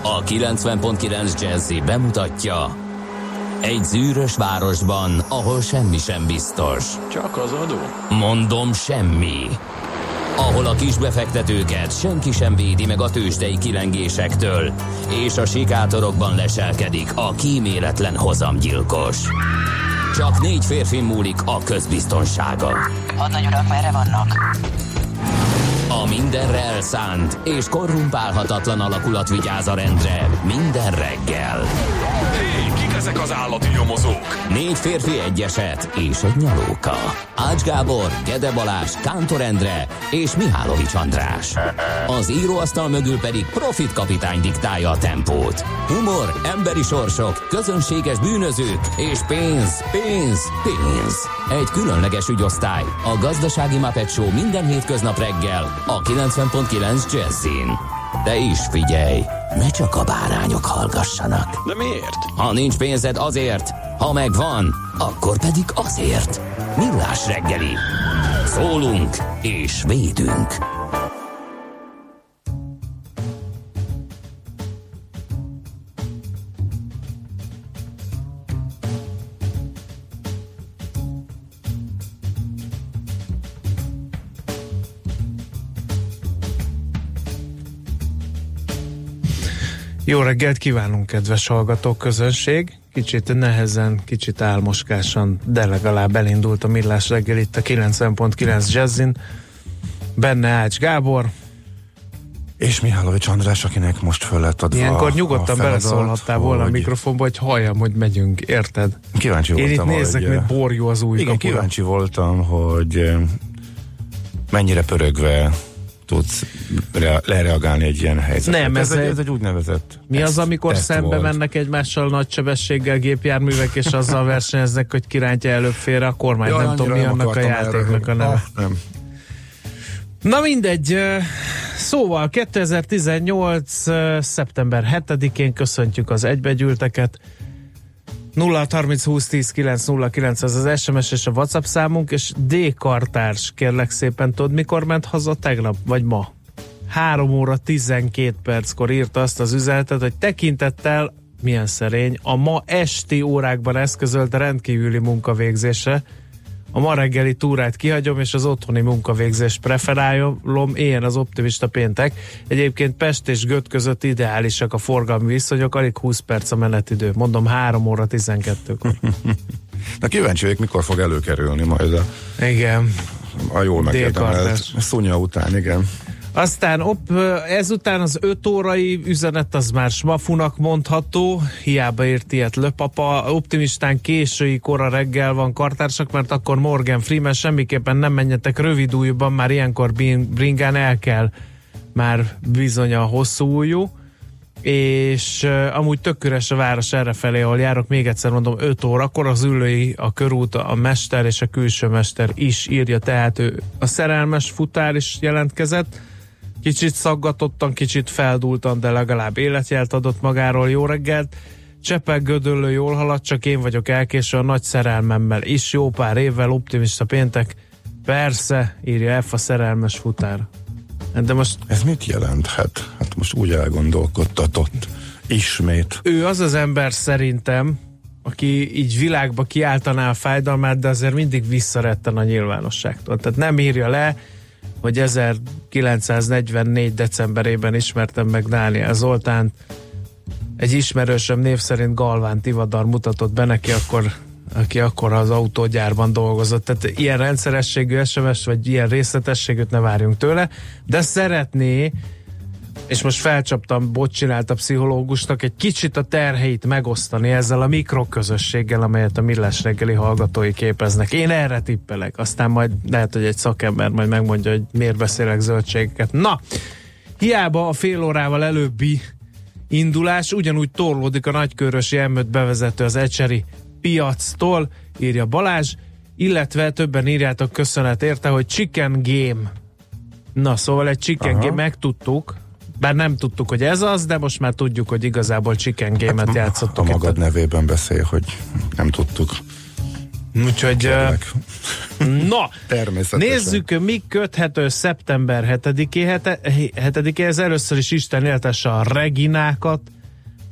A 90.9 Jazzy bemutatja: egy zűrös városban, ahol semmi sem biztos. Csak az adó? Mondom, semmi. Ahol a kisbefektetőket senki sem védi meg a tőzsdei kilengésektől, és a sikátorokban leselkedik a kíméletlen hozamgyilkos. Csak 4 férfi múlik a közbiztonsága. Hadnagy urak, merre vannak? A mindenre elszánt és korrumpálhatatlan alakulat vigyáz a rendre minden reggel. Hé, kik ezek az állati nyomozók? 4 férfi, egy eset és egy nyalóka. Ács Gábor, Gede Balázs, Kántor Endre és Mihálovics András. Az íróasztal mögül pedig Profit kapitány diktálja a tempót. Humor, emberi sorsok, közönséges bűnözők és pénz, pénz, pénz. Egy különleges ügyosztály, a Gazdasági Muppet Show minden hétköznap reggel a 90.9 Jazzin. De is figyelj, ne csak a bárányok hallgassanak. De miért? Ha nincs pénzed, azért, ha megvan, akkor pedig azért. Millás reggeli. Szólunk és védünk. Jó reggelt kívánunk, kedves hallgatók, közönség! Kicsit nehezen, kicsit álmoskásan, de legalább elindult a Millás reggel itt a 90.9 Jazzin. Benne Ács Gábor. És Mihálovics András, akinek most föl lett adva. Ilyenkor nyugodtan beleszólhattál volna a mikrofonba, hogy halljam, hogy megyünk, érted? Kíváncsi voltam, én itt nézek, mint borjú az új igen, kapura. Kíváncsi voltam, hogy mennyire pörögve tudsz lereagálni egy ilyen helyzetre. Nem, ez egy úgynevezett mi az, amikor szembe volt. Mennek egymással nagy sebességgel gépjárművek, és azzal versenyeznek, hogy kirántja előbb félre a kormány. Ja, nem tudom, mi annak a játéknak a neve. Nem. Na mindegy, szóval 2018. szeptember 7-én köszöntjük az egybegyűlteket. 0-30-20-10-9-09 az az SMS és a WhatsApp számunk, és D. Kartárs, kérlek szépen, tudod, mikor ment haza tegnap, vagy ma? 3 óra 12 perckor írta azt az üzenetet, hogy tekintettel, milyen szerény, a ma esti órákban eszközölt rendkívüli munkavégzésre, a ma reggeli túrát kihagyom, és az otthoni munkavégzést preferálom, ilyen az optimista péntek. Egyébként Pest és Göt között ideálisak a forgalmi viszonyok, alig 20 perc a menetidő. Mondom, 3 óra 12-kor. Na kíváncsi vagyok, mikor fog előkerülni majd igen. A jól megérdemelt Szunya után, igen. Aztán ezután az 5 órai üzenet az már smafunak mondható, hiába ért ilyet Löpapa. Optimistán késői kora reggel van, kartársak, mert akkor Morgan Freeman, semmiképpen nem menjetek rövid ujjban, már ilyenkor bringán el kell már bizony a hosszú ujjú, és amúgy tök üres a város errefelé, ahol járok, még egyszer mondom, 5 órakor az Üllői, a körút, a mester és a külső mester is írja, tehát ő a szerelmes futár is jelentkezett. Kicsit szaggatottan, kicsit feldúltan, de legalább életjelt adott magáról. Jó reggelt! Csepel Gödöllő jól halad, csak én vagyok elkésve a nagy szerelmemmel is. Jó pár évvel, optimista péntek. Persze, írja F a szerelmes futár. De most... Ez mit jelenthet? Hát most úgy elgondolkodtatott. Ismét. Ő az az ember szerintem, aki így világba kiáltaná a fájdalmát, de azért mindig visszaretten a nyilvánosságtól. Tehát nem írja le, hogy 1944. decemberében ismertem meg Dániel Zoltánt. Egy ismerősöm név szerint Galván Tivadar mutatott be neki, aki akkor az autógyárban dolgozott. Tehát ilyen rendszerességű SMS, vagy ilyen részletességűt ne várjunk tőle, de szeretné, és most felcsaptam, csinált a pszichológusnak, egy kicsit a terheit megosztani ezzel a mikroközösséggel, amelyet a Millás reggeli hallgatói képeznek. Én erre tippelek, aztán majd lehet, hogy egy szakember majd megmondja, hogy miért beszélek zöldségeket. Na, hiába a fél órával előbbi indulás, ugyanúgy torlódik a nagykörösi M5 bevezető az Ecseri piactól, írja Balázs, illetve többen írjátok, köszönet érte, hogy Chicken Game. Na, szóval egy Chicken Game, megtudtuk, bár nem tudtuk, hogy ez az, de most már tudjuk, hogy igazából Chicken Game-et játszottok. A magad nevében beszél, hogy nem tudtuk. Úgyhogy na, nézzük, mi köthető szeptember 7-éhez. Először is Isten éltesse a Reginákat,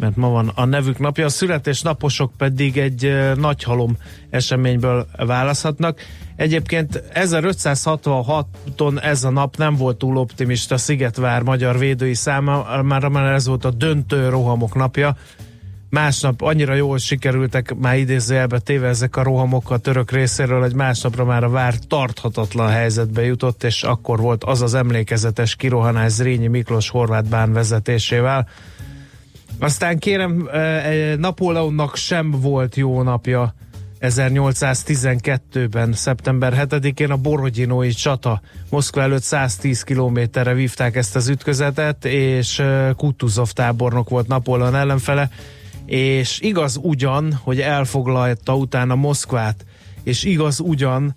mert ma van a nevük napja, a születésnaposok pedig egy nagyhalom eseményből választhatnak. Egyébként 1566-on ez a nap nem volt túl optimista Szigetvár magyar védői számára, mert ez volt a döntő rohamok napja. Másnap annyira jól sikerültek, már idézőjelbe téve ezek a rohamok a török részéről, hogy másnapra már a vár tarthatatlan helyzetbe jutott, és akkor volt az az emlékezetes kirohanás Zrínyi Miklós horvát bán vezetésével. Aztán kérem, Napóleonnak sem volt jó napja 1812-ben, szeptember 7-én a Borodinói csata. Moszkva előtt 110 kilométerre vívták ezt az ütközetet, és Kutuzov tábornok volt Napóleon ellenfele, és igaz ugyan, hogy elfoglalta utána Moszkvát, és igaz ugyan,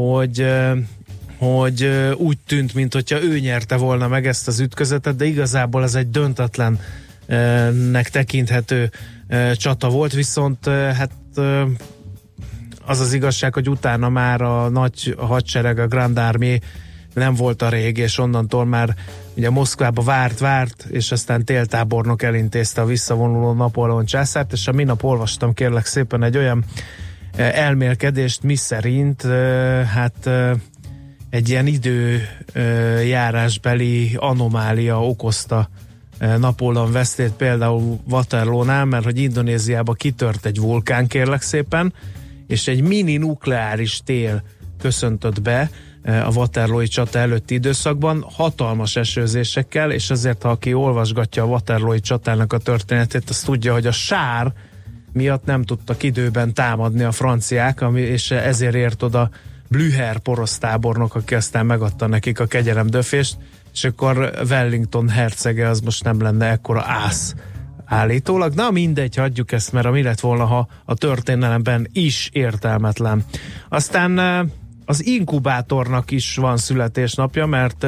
hogy úgy tűnt, mintha ő nyerte volna meg ezt az ütközetet, de igazából ez egy döntetlennek tekinthető csata volt, viszont hát az az igazság, hogy utána már a nagy hadsereg, a Grand Army nem volt a rég, és onnantól már ugye Moszkvába várt, és aztán téltábornok elintézte a visszavonuló Napóleon császárt, és a minap olvastam kérlek szépen egy olyan elmélkedést, miszerint hát egy ilyen időjárásbeli anomália okozta Napóleon vesztét például Waterloo-nál, mert hogy Indonéziába kitört egy vulkán kérlek szépen, és egy mini nukleáris tél köszöntött be a Waterloo-i csata előtti időszakban, hatalmas esőzésekkel, és azért, ha aki olvasgatja a Waterloo-i csatának a történetét, az tudja, hogy a sár miatt nem tudtak időben támadni a franciák, és ezért ért oda Blücher porosztábornok, aki aztán megadta nekik a kegyelemdöfést, és akkor Wellington hercege az most nem lenne ekkora ász állítólag. Na mindegy, hagyjuk ezt, mert mi lett volna, ha a történelemben is értelmetlen. Aztán az inkubátornak is van születésnapja, mert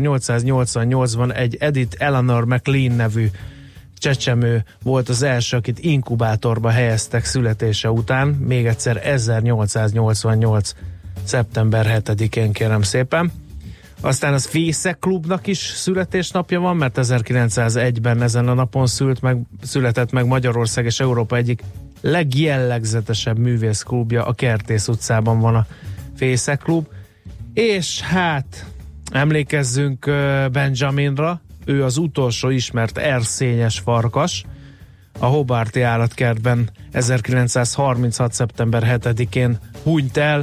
1888-ban egy Edith Eleanor McLean nevű csecsemő volt az első, akit inkubátorba helyeztek születése után, még egyszer 1888. szeptember 7-én kérem szépen. Aztán az Fészek Klubnak is születésnapja van, mert 1901-ben ezen a napon született meg Magyarország és Európa egyik legjellegzetesebb művészklubja, a Kertész utcában van a Fészek Klub. És hát emlékezzünk Benjaminra, ő az utolsó ismert erszényes farkas, a Hobarti állatkertben 1936. szeptember 7-én hunyt el,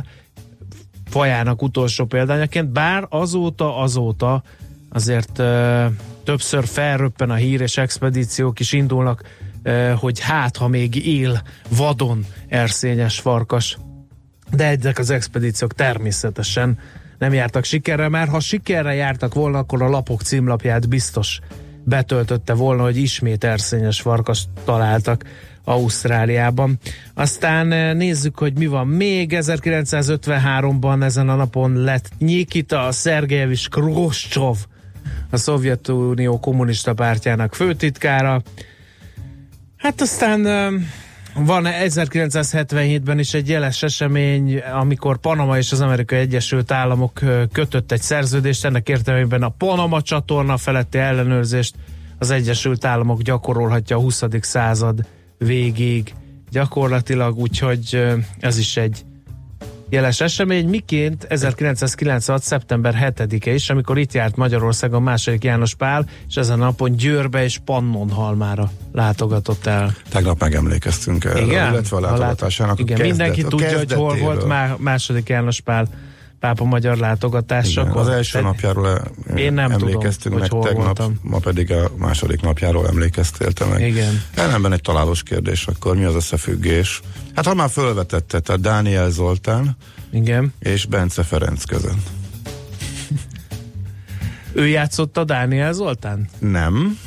fajának utolsó példányaként, bár azóta azért többször felröppen a hír, és expedíciók is indulnak, hogy hát, ha még él vadon erszényes farkas. De ezek az expedíciók természetesen nem jártak sikerrel, mert ha sikerrel jártak volna, akkor a lapok címlapját biztos betöltötte volna, hogy ismét erszényes farkas találtak Ausztráliában. Aztán nézzük, hogy mi van még. 1953-ban ezen a napon lett Nyikita Szergejevics Hruscsov, a Szovjetunió kommunista pártjának főtitkára. Hát aztán van 1977-ben is egy jeles esemény, amikor Panama és az Amerikai Egyesült Államok kötött egy szerződést, ennek értelmében a Panama csatorna feletti ellenőrzést az Egyesült Államok gyakorolhatja a 20. század végig gyakorlatilag, úgyhogy ez is egy jeles esemény, miként 1996. szeptember 7-e is, amikor itt járt Magyarországon második János Pál, és ezen a napon Győrbe és Pannonhalmára látogatott el. Tegnap megemlékeztünk erre, illetve a látogatásának igen, mindenki tudja, hogy hol volt második János Pál pápa magyar látogatása. Igen, az első napjáról én nem emlékeztünk tudom, meg hogy tegnap, voltam. Ma pedig a második napjáról emlékeztél te meg. Igen. Ellenben egy találós kérdés, akkor mi az összefüggés? Hát ha már fölvetette, tehát Dániel Zoltán igen. és Bence Ferenc között. Ő játszott a Dániel Zoltán? Nem.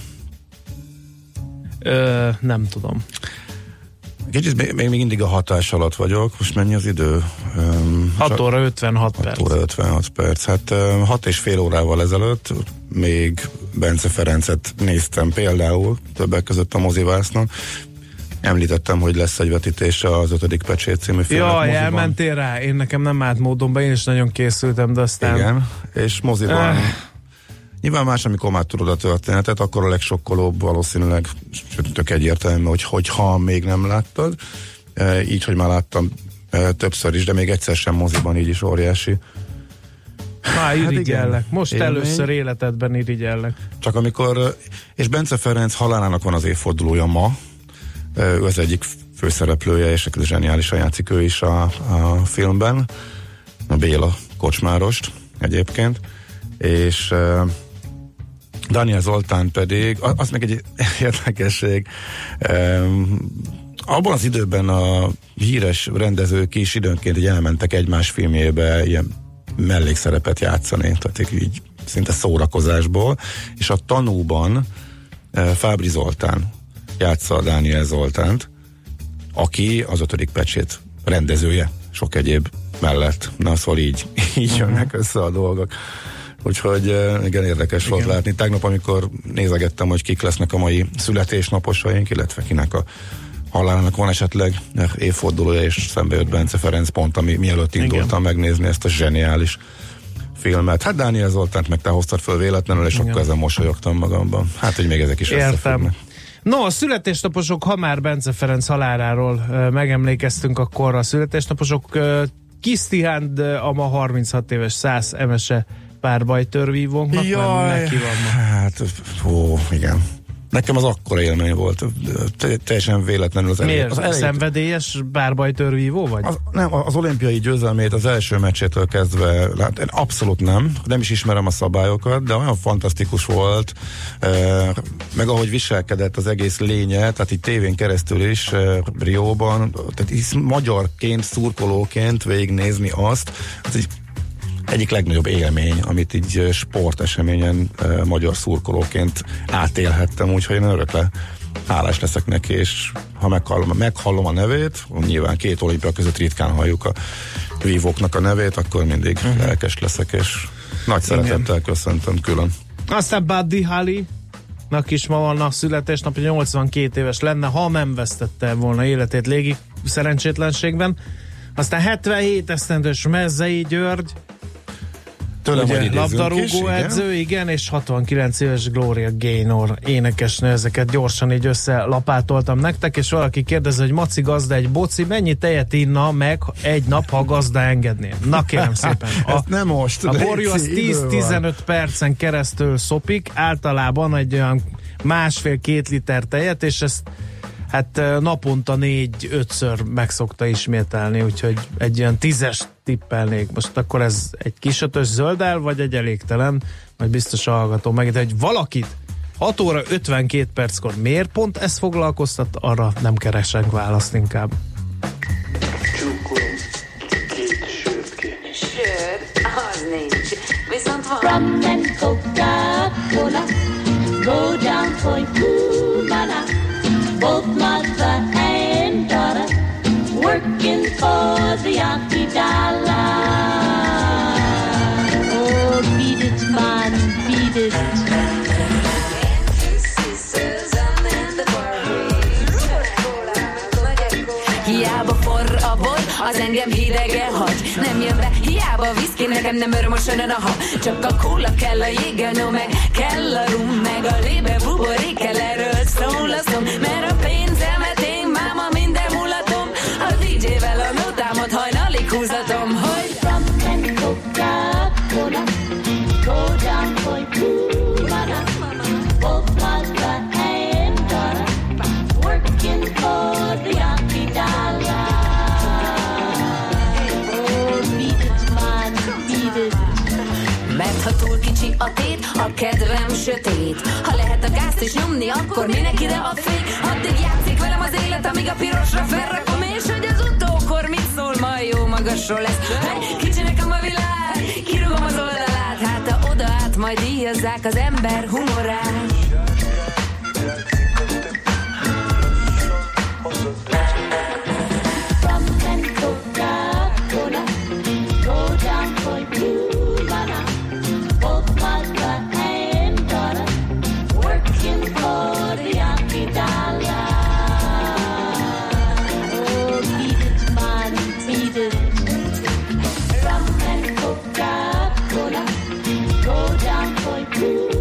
Nem tudom. Kicsit még mindig a hatás alatt vagyok. Most mennyi az idő? 6 óra 56 perc. 6 óra 56 perc. Hát 6,5 órával ezelőtt még Bence Ferencet néztem például, többek között a mozivásznak. Említettem, hogy lesz egy vetítése az 5. Pecsét című filmnek moziban. Elmentél rá? Én nekem nem állt módonban, én is nagyon készültem, de aztán... Igen, és moziban Nyilván más, amikor már tudod a történetet, akkor a legsokkolóbb valószínűleg, sőt, tök egyértelmű, hogyha még nem láttad. Így, hogy már láttam többször is, de még egyszer sem moziban, így is óriási. Irigyellek. Most élmény. Először életedben irigyellek. Csak amikor, és Bence Ferenc halálának van az évfordulója ma, ő az egyik főszereplője, és zseniálisan játszik ő is a filmben, a Béla Kocsmárost egyébként, és Dániel Zoltán pedig, az meg egy érdekesség, abban az időben a híres rendezők is időnként így elmentek egymás filmjébe ilyen mellékszerepet játszani, tehát így szinte szórakozásból, és a Tanúban Fábri Zoltán játsza Dániel Zoltánt, aki az 5. pecsét rendezője, sok egyéb mellett. Na, szóval így jönnek össze a dolgok. Úgyhogy igen, érdekes volt látni. Tegnap, amikor nézegettem, hogy kik lesznek a mai születésnaposaink, illetve kinek a halálának van esetleg évfordulója, és szembe jött Bence Ferenc pont, ami mielőtt indultam megnézni ezt a zseniális filmet. Hát Dániel Zoltánt meg te hoztad föl véletlenül, és akkor ezen mosolyogtam magamban. Hát, hogy még ezek is összefüggnek. No, a születésnaposok, ha már Bence Ferenc haláláról megemlékeztünk, akkor a születésnaposok Kisztihánd a ma 36 éves 100 emese párbajtörvívónknak, jaj, neki van ma. Hát, igen. Nekem az akkora élmény volt. Teljesen véletlenül az elején. Miért? Szenvedélyes párbajtörvívó vagy? Nem, az olimpiai győzelmét az első meccsétől kezdve abszolút nem is ismerem a szabályokat, de olyan fantasztikus volt, meg ahogy viselkedett az egész lénye, tehát így tévén keresztül is Rióban, tehát így magyarként, szurkolóként végignézni azt, ez egyik legnagyobb élmény, amit így sporteseményen magyar szurkolóként átélhettem, úgyhogy én örökre hálás leszek neki, és ha meghallom a nevét, nyilván 2 olimpia között ritkán halljuk a vívóknak a nevét, akkor mindig lelkes leszek, és nagy szeretettel köszöntöm külön. Aztán Buddy Holly-nak is ma van a születésnap, 82 éves lenne, ha nem vesztette volna életét légi szerencsétlenségben. Aztán 77 esztendős Mezzei György, ugye, labdarúgó edző, igen, és 69 éves Gloria Gaynor énekesnő, ezeket gyorsan így összelapátoltam nektek, és valaki kérdezi, hogy Maci gazda egy boci, mennyi tejet inna meg egy nap, ha gazda engedné? Na kérem szépen. Nem most. A borjú az 10-15 percen keresztül szopik, általában egy olyan 1,5-2 liter tejet, és ezt hát naponta 4-5-ször meg szokta ismételni, úgyhogy egy ilyen 10-es tippelnék. Most akkor ez egy kisötös zöldel, vagy egy elégtelen, majd biztos a hallgató meg, de hogy valakit 6 óra 52 perckor miért pont ez foglalkoztat, arra nem keresek választ inkább. Csókolom, 2 sört kérni. Sör? Az nincs. Viszont van. Rum and Coca-Cola, go down for Cubana. Both mother and daughter working for the Yankee dollar. Oh, beat it, man, beat it. Hiába forr a bor, az engem hidegen hagy. Nem jön be, hiába viszki, nekem nem örömösön a ha. Csak a kóla kell, a jégelnő meg, kell a rum, meg a lébe buborék kell, erről szól a szom. Mert a pénzemet én máma minden mulatom, a DJ-vel a nótámat hajnalig húzatom, hogy Rum and Coca-Cola, go down for Cubana. Both mother and daughter working for the Yankee dollar. Oh, beat it, man, beat it. mert ha túl kicsi a tét, a kedvem sötét. Ha lehet a gázt is nyomni, akkor minek ide a fény? Addig játszik velem az élet, amíg a pirosra felrakom, és hogy az utókor mit szól, majd jó magasról lesz. Hey, kicsi nekem a világ, kirúgom az oldalát, hát ha oda át, majd díjazzák az ember humorát. Go down for you.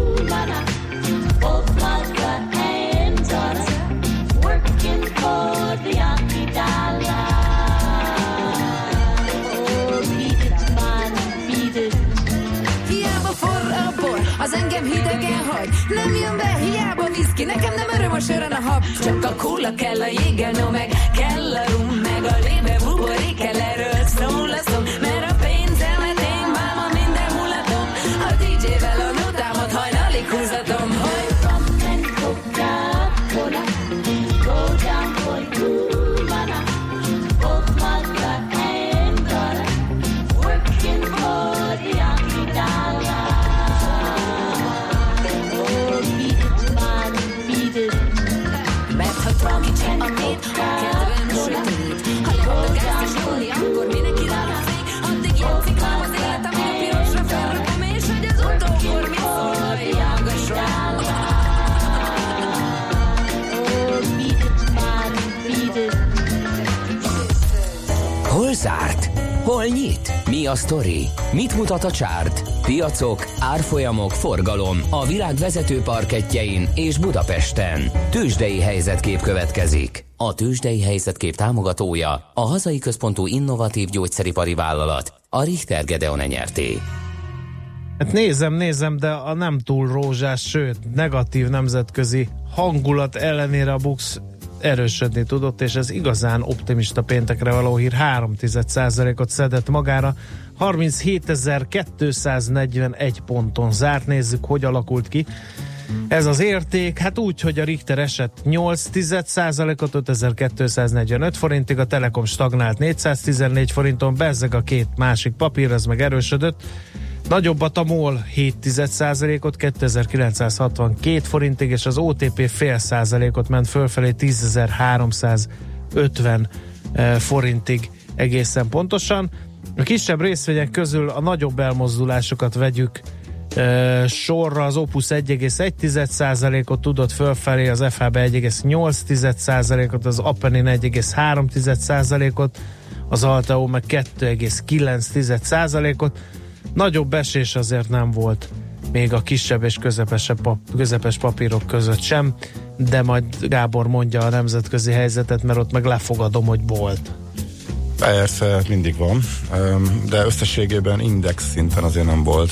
hagy. Nem jön be, hiába viszki, nekem nem öröm a sörön a hab. Csak a kóla kell, a jéggel, no meg kell a rum, meg a lébe buborék kell, erről szól a szó. Mert a pénzemet én máma minden mulatom, a DJ-vel a notámat hajnalig húzatom, hogy Rum and Coca-Cola, go down for you, mana. Both mother and daughter, working for the Yankee dollar. Oh, beat it, man, beat it. mert ha van kicsi a nét, a kedvem sötét. Ha lehet a gáz és nyomni, akkor mindenki rá a fény. Addig játszik rám az életem, a pirosra felrakom, és hogy az utókor mit szól, hallgass rám. Oh, beat it, man, beat it. Hol zárt? Hol nyit? Mi a sztori? Mit mutat a csárt? Piacok, árfolyamok, forgalom a világ vezető parkettjein és Budapesten. Tőzsdei helyzetkép következik. A Tőzsdei helyzetkép támogatója a hazai központú innovatív gyógyszeripari vállalat, a Richter Gedeon nyerté. Hát nézem, de a nem túl rózsás, sőt, negatív nemzetközi hangulat ellenére a BUX erősödni tudott, és ez igazán optimista péntekre való hír, 0,3%-ot szedett magára, 37.241 ponton zárt. Nézzük, hogy alakult ki ez az érték. Hát úgy, hogy a Richter esett 0,8%-ot, 5245 forintig, a Telekom stagnált 414 forinton, bezzeg a két másik papír, ez meg erősödött. Nagyobbat a MOL 0,7%-ot, 2962 forintig, és az OTP fél százalékot ment fölfelé, 10.350 forintig egészen pontosan. A kisebb részvények közül a nagyobb elmozdulásokat vegyük sorra. Az Opus 1,1%-ot tudott fölfelé, az FHB 1,8%-ot, az Appenin 1,3%-ot, az Alteo meg 2,9%-ot. Nagyobb esés azért nem volt még a kisebb és közepes papírok között sem, de majd Gábor mondja a nemzetközi helyzetet, mert ott meg lefogadom, hogy volt. Persze, mindig van, de összességében index szinten azért nem volt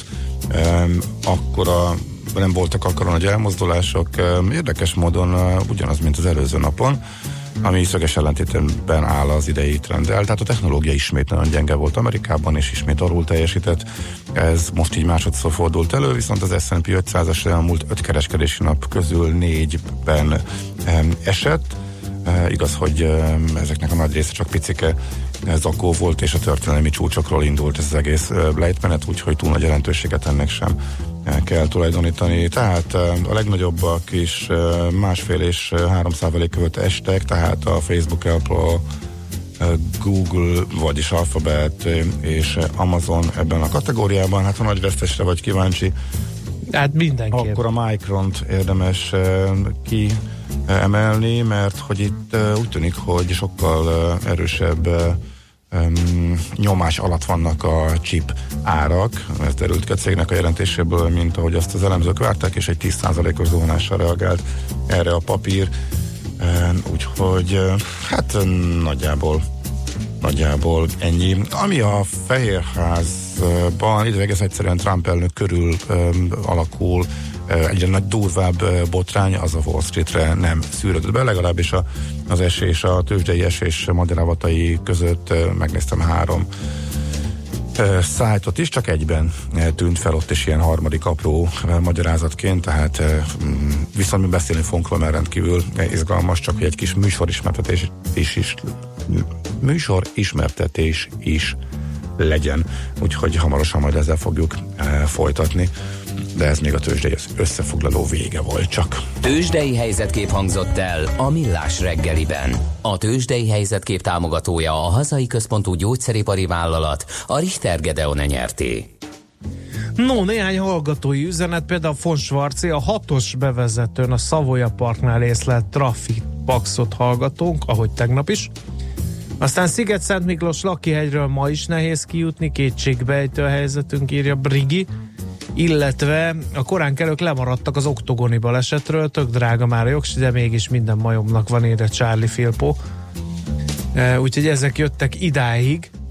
nem voltak akkor nagy elmozdulások. Érdekes módon ugyanaz, mint az előző napon, ami szöges ellentétben áll az idei trenddel. Tehát a technológia ismét nagyon gyenge volt Amerikában, és ismét alul teljesített. Ez most így másodszor fordult elő, viszont az S&P 500-as elmúlt 5 kereskedési nap közül 4-ben esett. Igaz, hogy ezeknek a nagy része csak picike zakó volt, és a történelmi csúcsokról indult ez az egész lejtmenet, úgyhogy túl nagy jelentőséget ennek sem kell tulajdonítani. Tehát a legnagyobbak is 1,5 és 3% között estek, tehát a Facebook, Apple, Google, vagyis Alphabet és Amazon ebben a kategóriában. Hát ha nagy vesztesre vagy kíváncsi, hát mindenképp, akkor a Micront érdemes kiemelni, mert hogy itt úgy tűnik, hogy sokkal erősebb nyomás alatt vannak a chip árak, ez derült ki a cégnek a jelentéséből, mint ahogy azt az elemzők várták, és egy 10%-os zuhanással reagált erre a papír, úgyhogy hát nagyjából ennyi. Ami a Fehérházban, illetve egész egyszerűen Trump elnök körül alakul, egyre nagy durvább botrány, az a Wall Streetre nem szűrődött be, legalábbis az esés, a tőzsdei esés magyarávatai között megnéztem 3 szájtot is, csak egyben tűnt fel ott is ilyen harmadik apró magyarázatként, tehát viszont mi beszélni fogunk róla, mert rendkívül izgalmas, csak hogy egy kis műsorismertetés is legyen, úgyhogy hamarosan majd ezzel fogjuk folytatni, de ez még a tőzsdei összefoglaló vége volt csak. Tőzsdei helyzetkép hangzott el a Millás reggeliben. A Tőzsdei helyzetkép támogatója a hazai központú gyógyszeripari vállalat, a Richter Gedeon nyerté. No, néhány hallgatói üzenet, például von Schwarzi, a 6-os bevezetőn a Savoya Parknál észlelt Traffic Paxot hallgatónk, ahogy tegnap is. Aztán Sziget-Szent Miklós Lakihegyről ma is nehéz kijutni, kétségbejtő a helyzetünk, írja Brigi, illetve a koránkelők lemaradtak az oktogoni balesetről, tök drága már a jogsi, de mégis minden majomnak van, írja Charlie Filpo. Úgyhogy ezek jöttek idáig.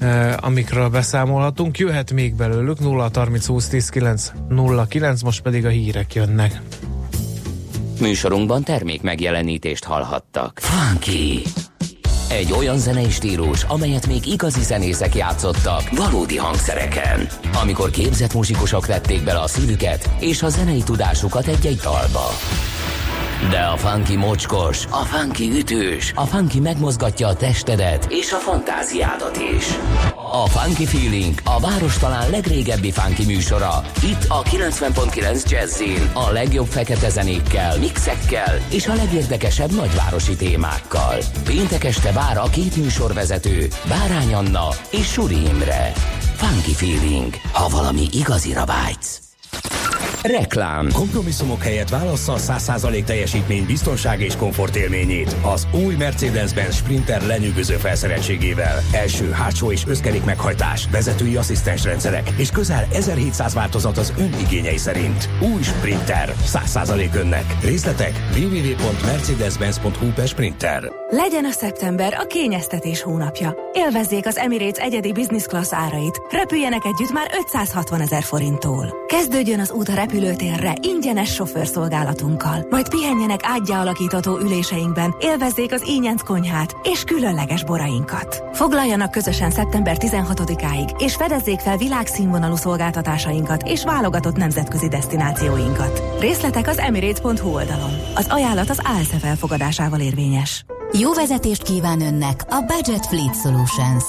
amikről beszámolhatunk. Jöhet még belőlük 0-30 20 10 9 09, most pedig a hírek jönnek. Műsorunkban termék megjelenítést hallhattak. Funky! Egy olyan zenei stílus, amelyet még igazi zenészek játszottak valódi hangszereken. Amikor képzett muzsikusok vették bele a szívüket és a zenei tudásukat egy-egy dalba. De a funky mocskos, a funky ütős, a funky megmozgatja a testedet és a fantáziádat is. A Funky Feeling a város talán legrégebbi funky műsora. Itt a 90.9 Jazzin a legjobb fekete zenékkel, mixekkel és a legérdekesebb nagyvárosi témákkal. Péntek este vár a két műsorvezető, Bárány Anna és Suri Imre. Funky Feeling, ha valami igazira vágysz. Reklám. Kompromisszumok helyett válassza a 100% teljesítmény, biztonság és komfort élményét az új Mercedes-Benz Sprinter lenyűgöző felszereltségével. Első, hátsó és összkerék meghajtás, vezetői asszisztens rendszerek és közel 1700 változat az ön igényei szerint. Új Sprinter. 100% önnek. Részletek www.mercedes-benz.hu/sprinter. Legyen a szeptember a kényeztetés hónapja. Élvezzék az Emirates egyedi business class árait. Repüljenek együtt már 560 000 forinttól. Kezdődjön az út a repülőtérre ingyenes sofőrszolgálatunkkal. Majd pihenjenek ágyalakítató üléseinkben, élvezzék az ínyenc konyhát és különleges borainkat. Foglaljanak közösen szeptember 16-áig, és fedezzék fel világszínvonalú szolgáltatásainkat és válogatott nemzetközi desztinációinkat. Részletek az emirates.hu oldalon. Az ajánlat az ALSE felfogadásával érvényes. Jó vezetést kíván önnek a Budget Fleet Solutions.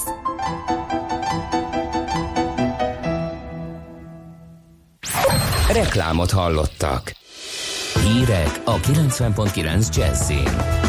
Reklámot hallottak. Hírek a 90.9 Jazzin.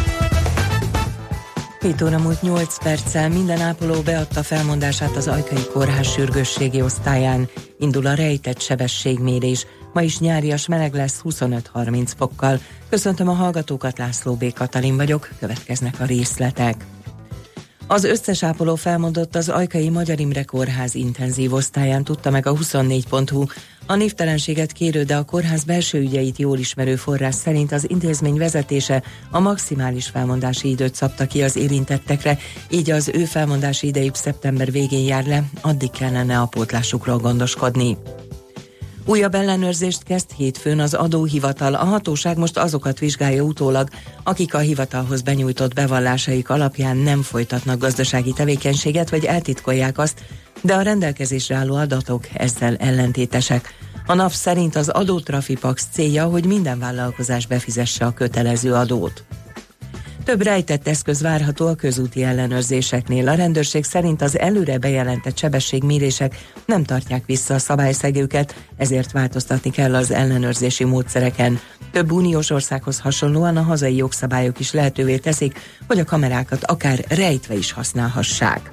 7 óra múlt 8 perccel minden ápoló beadta felmondását az Ajkai Kórház sürgősségi osztályán. Indul a rejtett sebességmérés. Ma is nyárias meleg lesz 25-30 fokkal. Köszöntöm a hallgatókat, László B. Katalin vagyok, következnek a részletek. Az összes ápoló felmondott az Ajkai Magyar Imre Kórház intenzív osztályán, tudta meg a 24.hu. A névtelenséget kérő, de a kórház belső ügyeit jól ismerő forrás szerint az intézmény vezetése a maximális felmondási időt szabta ki az érintettekre, így az ő felmondási idejük szeptember végén jár le, addig kellene a pótlásukról gondoskodni. Újabb ellenőrzést kezd hétfőn az adóhivatal. A hatóság most azokat vizsgálja utólag, akik a hivatalhoz benyújtott bevallásaik alapján nem folytatnak gazdasági tevékenységet, vagy eltitkolják azt, de a rendelkezésre álló adatok ezzel ellentétesek. A NAV szerint az adótrafipax célja, hogy minden vállalkozás befizesse a kötelező adót. Több rejtett eszköz várható a közúti ellenőrzéseknél. A rendőrség szerint az előre bejelentett sebességmérések nem tartják vissza a szabályszegőket, ezért változtatni kell az ellenőrzési módszereken. Több uniós országhoz hasonlóan a hazai jogszabályok is lehetővé teszik, hogy a kamerákat akár rejtve is használhassák.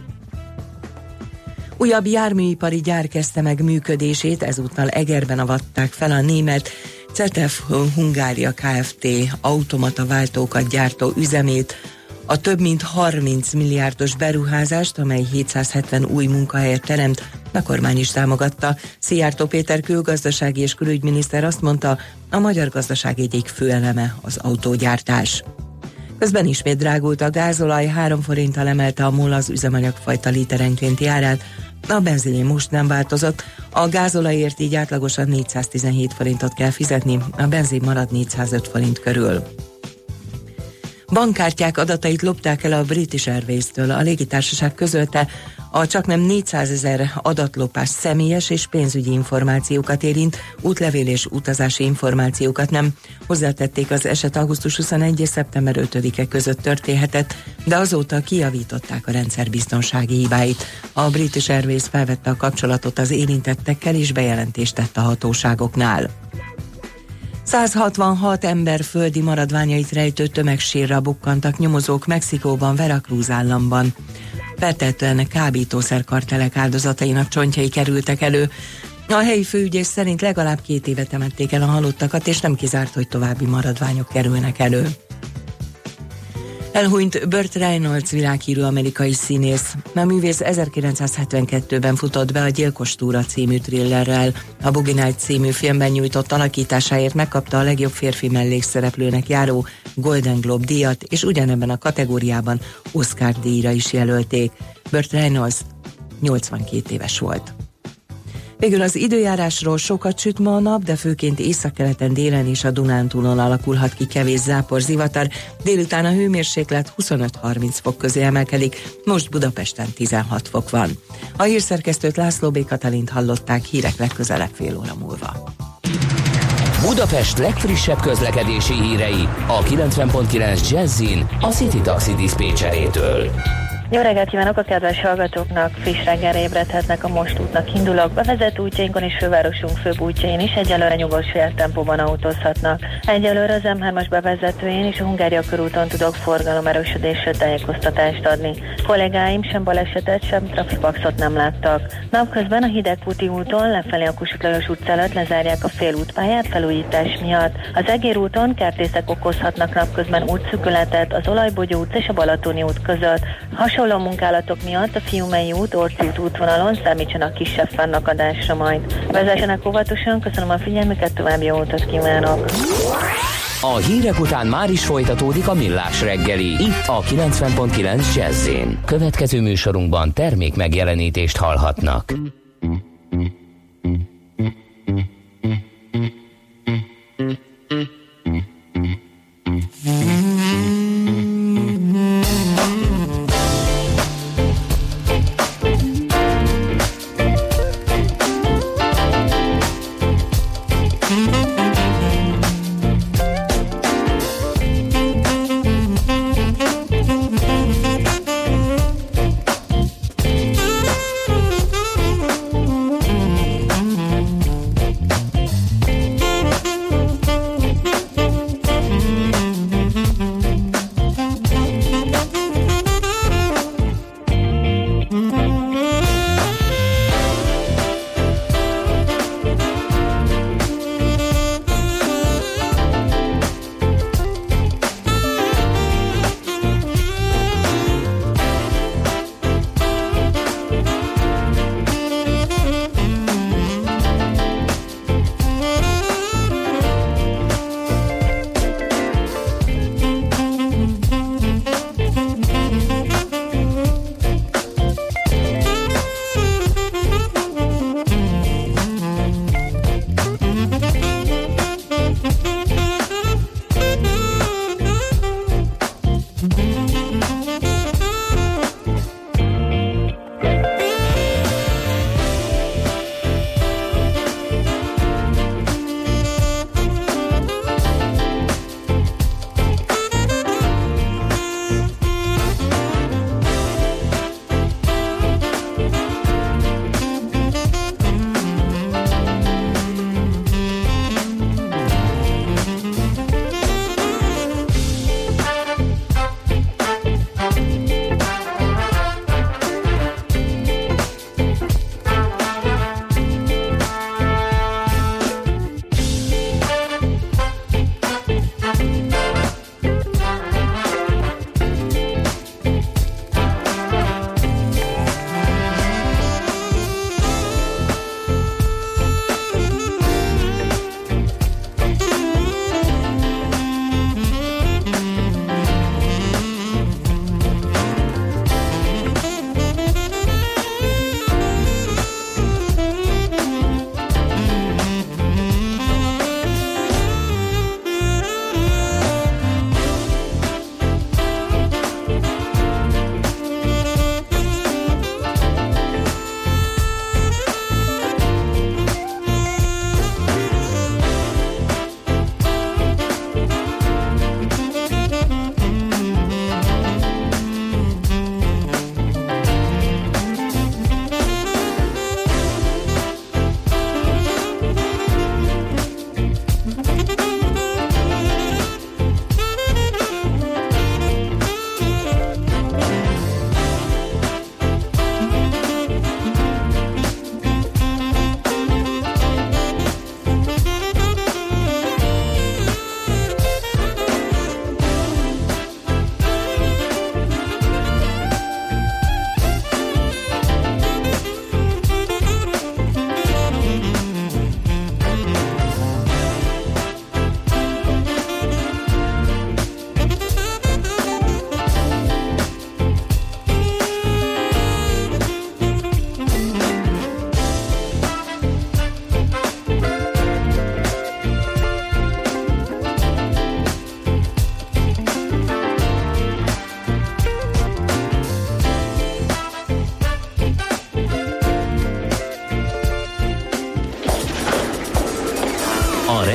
Újabb járműipari gyár kezdte meg működését, ezúttal Egerben avatták fel a német CETEF Hungária Kft. Automata váltókat gyártó üzemét, a több mint 30 milliárdos beruházást, amely 770 új munkahelyet teremt, a kormány is támogatta. Szijjártó Péter külgazdasági és külügyminiszter azt mondta, a magyar gazdaság egyik fő eleme az autógyártás. Közben ismét drágult a gázolaj, 3 forinttal emelte a MOL az üzemanyagfajta literenkénti árát, a benzin most nem változott, a gázolajért így átlagosan 417 forintot kell fizetni, a benzin marad 405 forint körül. Bankkártyák adatait lopták el a British Airways-től. A légitársaság közölte, a csaknem 400 000 adatlopás személyes és pénzügyi információkat érint, útlevél és utazási információkat nem. Hozzátették, az eset augusztus 21 és szeptember 5-e között történhetett, de azóta kijavították a rendszer biztonsági hibáit. A British Airways felvette a kapcsolatot az érintettekkel és bejelentést tett a hatóságoknál. 166 ember földi maradványait rejtő tömegsírra bukkantak nyomozók Mexikóban, Veracruz államban. Feltehetően kábítószerkartelek áldozatainak csontjai kerültek elő. A helyi főügyész szerint legalább 2 éve temették el a halottakat, és nem kizárt, hogy további maradványok kerülnek elő. Elhunyt Burt Reynolds világhírű amerikai színész. A művész 1972-ben futott be a Gyilkos túra című thrillerrel. A Boogie Nights című filmben nyújtott alakításáért megkapta a legjobb férfi mellékszereplőnek járó Golden Globe díjat, és ugyanebben a kategóriában Oscar díjra is jelölték. Burt Reynolds 82 éves volt. Végül az időjárásról: sokat süt ma a nap, de főként északkeleten, délen és a Dunántúlon alakulhat ki kevés zápor, zivatar. Délután a hőmérséklet 25-30 fok közé emelkedik, most Budapesten 16 fok van. A hírszerkesztőt, László B. Katalint hallották, hírek legközelebb fél óra múlva. Budapest legfrissebb közlekedési hírei a 90.9 Jazzin a City Taxi diszpécserétől. Jó reggelt kívánok a kedves hallgatóknak! Friss reggelre ébredhetnek a Most útnak indulók. Bevezető útjainkon és fővárosunk főbb útjain is egyelőre nyugodt féltempóban autózhatnak. Egyelőre az M3-as bevezetőjén és a Hungária körúton tudok forgalomerősödésről tájékoztatást adni. Kollégáim sem balesetet, sem trafikpaxot nem láttak. Napközben a Hidegkúti úton lefelé a Kossuth Lajos utca előtt lezárják a félútpályát felújítás miatt. Az Egér úton kertészek okozhatnak napközben útszűkületet az Olajbogyó utca és a Balatoni út között. Hasonló munkálatok miatt a Fiumei út, Orci út útvonalon számítsanak kisebb fennakadásra majd. Vezessenek óvatosan, köszönöm a figyelmüket, további jó utat kívánok! A hírek után már is folytatódik a Millás reggeli, itt a 90.9 Jazz-én. Következő műsorunkban termék megjelenítést hallhatnak.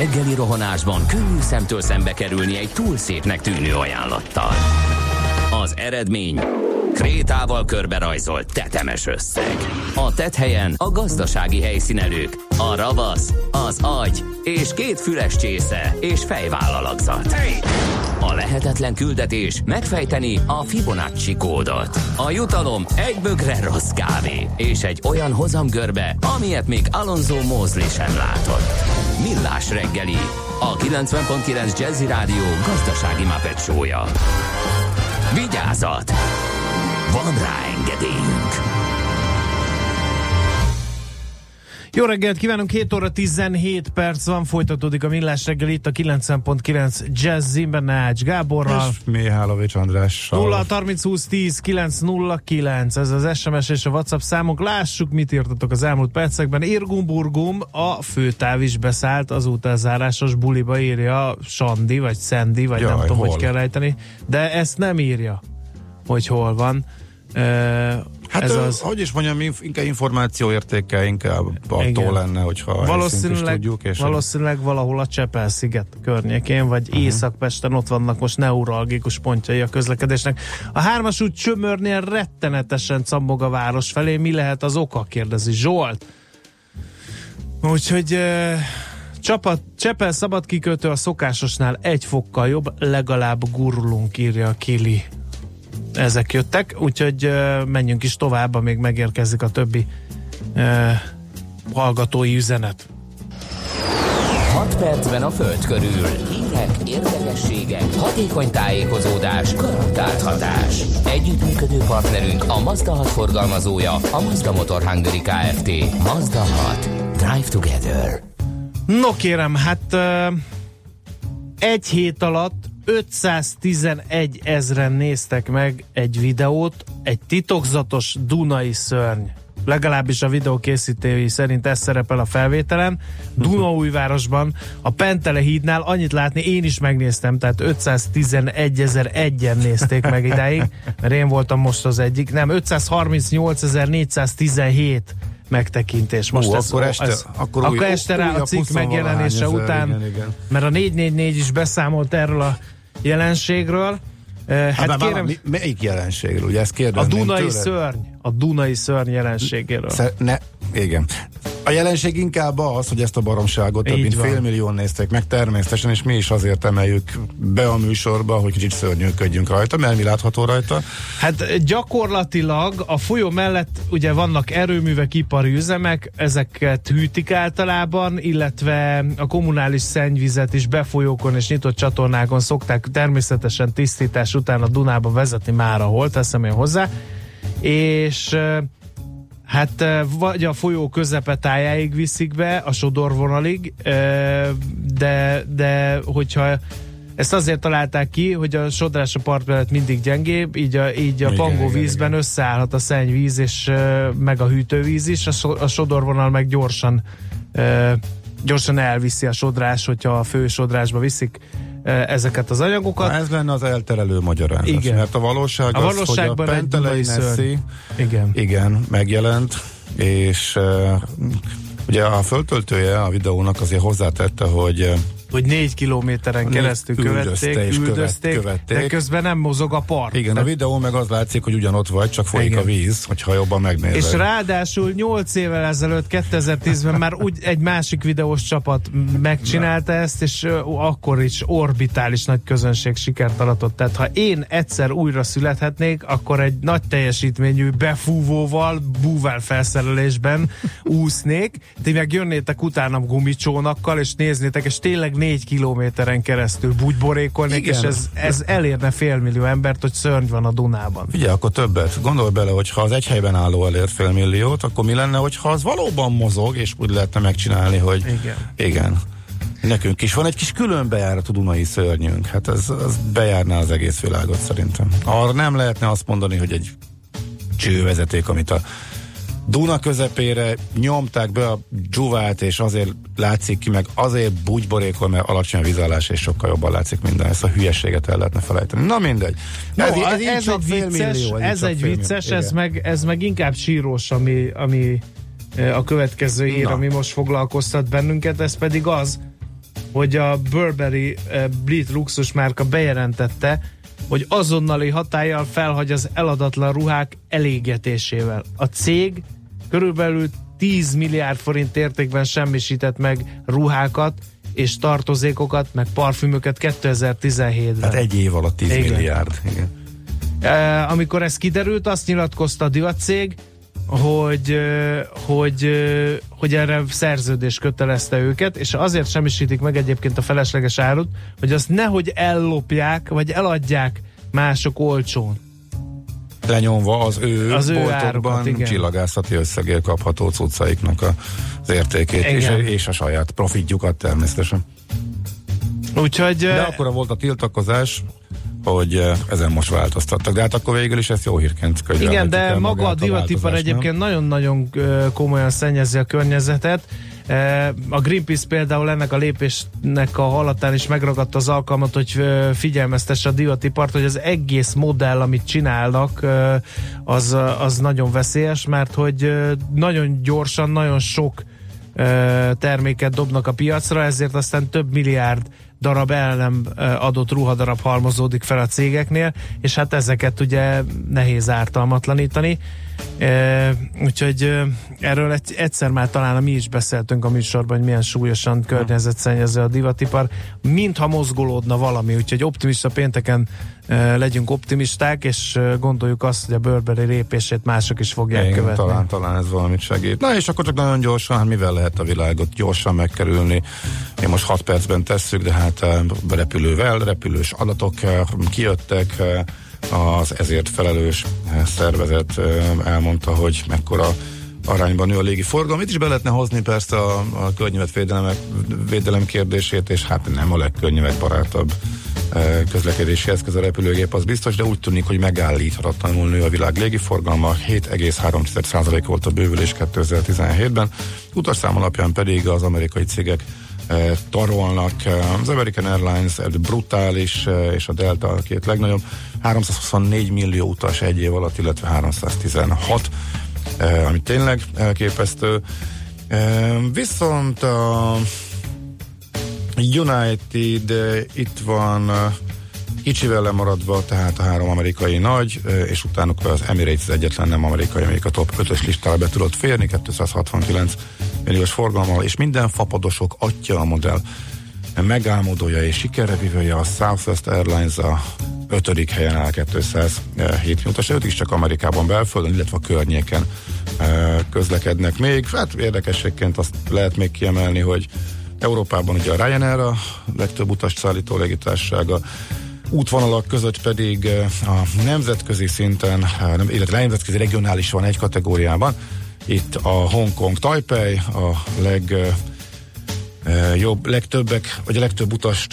reggeli rohanásban könnyű szemtől szembe kerülni egy túl szépnek tűnő ajánlattal. Az eredmény... krétával körberajzolt tetemes összeg. A tetthelyen a gazdasági helyszínelők, a ravasz, az agy és 2 füles csésze és fejvállalakzat. A lehetetlen küldetés megfejteni a Fibonacci kódot. A jutalom egy bögre rossz kávé és egy olyan hozamgörbe, amilyet még Alonso Mosley sem látott. Millás reggeli, a 90.9 Jazzy Rádió gazdasági Muppet show-ja. Vigyázat! Van rá engedélyünk. Jó reggelt kívánunk, 7 óra 17 perc van, folytatódik a Millás reggel itt a 90.9 Jazzin, benne Ács Gáborral. És Mihálovics Andrással. 0 30 20 10 909, ez az SMS és a WhatsApp számunk. Lássuk, mit írtatok az elmúlt percekben. Irgum-burgum, a főtáv is beszállt az útelzárásos buliba, írja Sandi, vagy Szendi, vagy nem tudom, hogy kell ejteni, de ezt nem írja, hogy hol van. Hát ez az... hogy is mondjam, inkább információértéke, inkább attól lenne, hogyha valószínűleg, tudjuk. És valószínűleg valahol a Csepel-sziget környékén, vagy Észak-Pesten ott vannak most neuralgikus pontjai a közlekedésnek. A 3-as út Csömörnél rettenetesen cammog a város felé. Mi lehet az oka? Kérdezi Zsolt. Úgyhogy Csepel szabad kikötő a szokásosnál 1 fokkal jobb, legalább gurulunk, írja Kili. Ezek jöttek, úgyhogy menjünk is tovább, amíg megérkezik a többi hallgatói üzenet. 6 percben a Föld körül. Hírek, érdekességek, hatékony tájékozódás, garantált hatás. Együttműködő partnerünk a Mazda 6 forgalmazója, a Mazda Motor Hungary Kft. Mazda 6. Drive together. No kérem, hát egy hét alatt 511 000 néztek meg egy videót, egy titokzatos dunai szörny. Legalábbis a videó készítői szerint ez szerepel a felvételen. Dunaújvárosban, a Pentele hídnál annyit látni, én is megnéztem, tehát 511 001-en nézték meg idáig, mert én voltam most az egyik. Nem, 538 417 megtekintés. Most akkor este rá a cikk megjelenése után, igen. Mert a 444 is beszámolt erről a jelenségről. Hát kérem, melyik jelenségről? Ugye ezt kérdezném a Dunai szörny jelenségéről. Igen. A jelenség inkább az, hogy ezt a baromságot több mint 500 000 nézték meg természetesen, és mi is azért emeljük be a műsorba, hogy kicsit szörnyűködjünk rajta, mert mi látható rajta? Hát gyakorlatilag a folyó mellett ugye vannak erőművek, ipari üzemek, ezeket hűtik általában, illetve a kommunális szennyvizet is befolyókon és nyitott csatornákon szokták természetesen tisztítás után a Dunába vezetni már, ahol teszem én hozzá, és hát vagy a folyó közepetájáig viszik be, a sodorvonalig, de hogyha ezt azért találták ki, hogy a sodrás a part mellett mindig gyengébb, így a pangó vízben összeállhat a szennyvíz és meg a hűtővíz is, a sodorvonal meg gyorsan elviszi a sodrás, hogyha a fő sodrásba viszik ezeket az anyagokat. Ez lenne az elterelő magyarázat. Igen. Mert a valóság az, hogy a Pentelei Nessie igen, megjelent, és ugye a föltöltője a videónak azért hozzátette, hogy 4 kilométeren keresztül üldözték, de közben nem mozog a part. Igen, a videó meg az látszik, hogy ugyanott vagy, csak folyik a víz, hogyha jobban megnézed. És ráadásul 8 évvel ezelőtt, 2010-ben már úgy egy másik videós csapat megcsinálta ezt, és akkor is orbitális nagy közönség sikert aratott. Tehát ha én egyszer újra születhetnék, akkor egy nagy teljesítményű befúvóval, búvár felszerelésben úsznék, ti meg jönnétek utánam gumicsónakkal, és néznétek, és tényleg 4 kilométeren keresztül bugyborékolnék, és ez elérne 500 000 embert, hogy szörny van a Dunában. Figyelj, akkor többet. Gondolj bele, hogy ha az egy helyben álló elér 500 000, akkor mi lenne, hogyha az valóban mozog, és úgy lehetne megcsinálni, hogy igen. Nekünk is van egy kis különbejáratú dunai szörnyünk. Hát az bejárná az egész világot szerintem. Arra nem lehetne azt mondani, hogy egy csővezeték, amit a Duna közepére nyomták be a dzsuvát, és azért látszik ki, meg azért bugyborékol, mert alacsony a vízállás, és sokkal jobban látszik minden. Ezt a hülyeséget el lehetne felejteni. Na mindegy. Ez egy vicces, ez meg inkább sírós, ami a következő ír, ami most foglalkoztat bennünket, ez pedig az, hogy a Burberry Brit luxusmárka bejelentette, hogy azonnali hatállyal felhagy az eladatlan ruhák elégetésével. A cég körülbelül 10 milliárd forint értékben semmisített meg ruhákat és tartozékokat, meg parfümöket 2017-ben. Hát egy év alatt 10 milliárd. Igen. Amikor ez kiderült, azt nyilatkozta a divatcég, hogy erre szerződés kötelezte őket, és azért semmisítik meg egyébként a felesleges árut, hogy azt nehogy ellopják, vagy eladják mások olcsón. Lenyomva az ő boltokban csillagászati összegért kapható cuccaiknak az értékét, és a saját profitjukat természetesen. Úgyhogy... De akkora volt a tiltakozás, hogy ezen most változtattak. De hát akkor végül is ezt jó hírként könyvelhetik. Igen, de maga a divatipar egyébként nagyon-nagyon komolyan szennyezi a környezetet. A Greenpeace például ennek a lépésnek a hallatán is megragadta az alkalmat, hogy figyelmeztesse a divatipart, hogy az egész modell, amit csinálnak, az nagyon veszélyes, mert hogy nagyon gyorsan, nagyon sok terméket dobnak a piacra, ezért aztán több milliárd darab el nem adott ruhadarab halmozódik fel a cégeknél, és hát ezeket ugye nehéz ártalmatlanítani. Úgyhogy erről egyszer már talán mi is beszéltünk a műsorban, hogy milyen súlyosan környezetszennyező a divatipar, mintha mozgolódna valami, úgyhogy optimista pénteken legyünk optimisták, és gondoljuk azt, hogy a Burberry lépését mások is fogják követni. Talán ez valamit segít. Na és akkor csak nagyon gyorsan, hát mivel lehet a világot gyorsan megkerülni? Én most 6 percben tesszük, de hát repülővel, repülős adatok kijöttek, az ezért felelős szervezet elmondta, hogy mekkora arányban nő a légi forgalom. Itt is be lehetne hozni persze a környezetvédelem kérdését, és hát nem a legkörnyezetbarátabb közlekedési eszköz a repülőgép, az biztos, de úgy tűnik, hogy megállíthatatlanul nő a világ légiforgalma. 7,3% volt a bővülés 2017-ben. Utasszám alapján pedig az amerikai cégek tarolnak. Az American Airlines brutális, és a Delta a két legnagyobb. 324 millió utas egy év alatt, illetve 316, ami tényleg elképesztő. Viszont a United itt van kicsivel lemaradva, tehát a 3 amerikai nagy, és utánuk az Emirates egyetlen nem amerikai, amelyik a top 5-ös listára be tudott férni, 269 milliós forgalommal, és minden fapadosok atya a modell megálmodója és sikerrevívője a Southwest Airlines a 5. helyen áll 207 milliós, ők is csak Amerikában belföldön, illetve a környéken közlekednek még. Hát érdekességként azt lehet még kiemelni, hogy Európában ugye a Ryanair a legtöbb utast szállító légitársasága, útvonalak között pedig a nemzetközi szinten, illetve nemzetközi regionális van egy kategóriában. Itt a Hongkong Taipei a legtöbb utast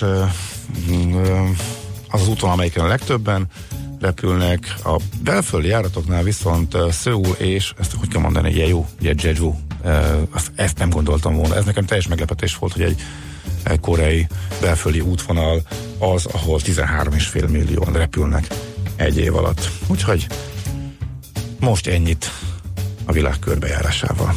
az útvonal, amelyiken a legtöbben repülnek. A belföldi járatoknál viszont Szöul és, ezt hogy kell mondani, Jeju, ezt nem gondoltam volna. Ez nekem teljes meglepetés volt, hogy egy koreai belföldi útvonal az, ahol 13,5 millióan repülnek egy év alatt. Úgyhogy most ennyit a világ körbejárásával.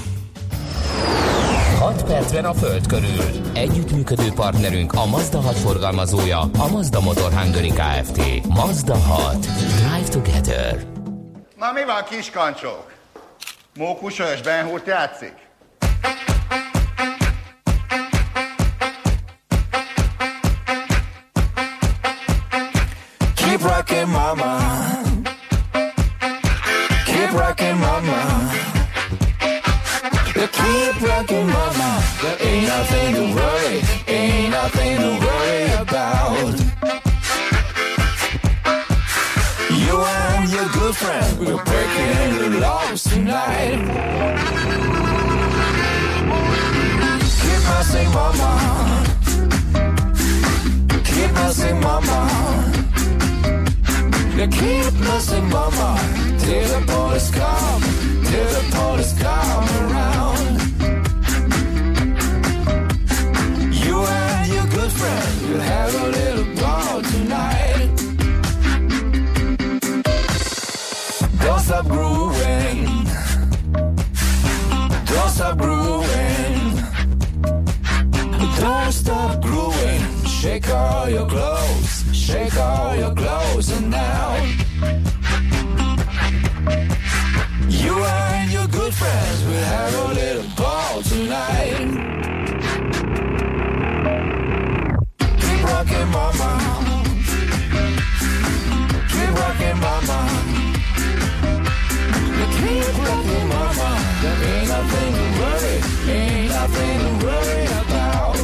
6 percben a Föld körül. Együttműködő partnerünk a Mazda 6 forgalmazója, a Mazda Motor Hungary Kft. Mazda 6. Drive together. Na mi van, kiskancsók? Mókus és Ben Hurt játszik? Keep rocking, mama. Keep rocking, mama. Keep rocking, mama. There ain't nothing to worry, ain't nothing to worry about. You and your good friend, we're breaking the laws tonight. Keep messing, mama. Keep messing, mama. You keep messing, mama. Till the police come, till the police come around. You and your good friend will have a little ball tonight. Don't stop grooving. Don't stop grooving. Don't stop grooving. all your clothes, shake all your clothes, and now you and your good friends will have a little ball tonight. Keep rocking, mama. Keep rocking, mama. Keep rocking, mama. There ain't nothing to worry, ain't nothing to worry about.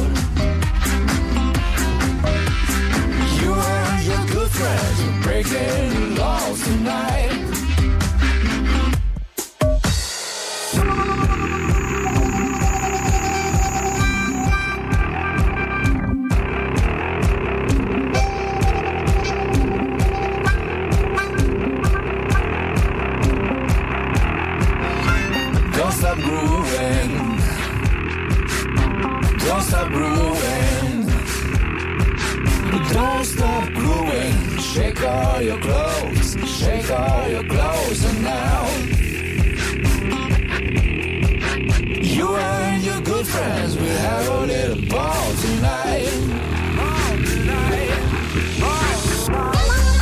You and your good friends are breaking the laws tonight. Don't stop grooving. Don't stop grooving. Don't stop grooving. Shake all your clothes. Shake all your clothes. And now you and your good friends will have a little ball tonight. Ball tonight. Ball tonight.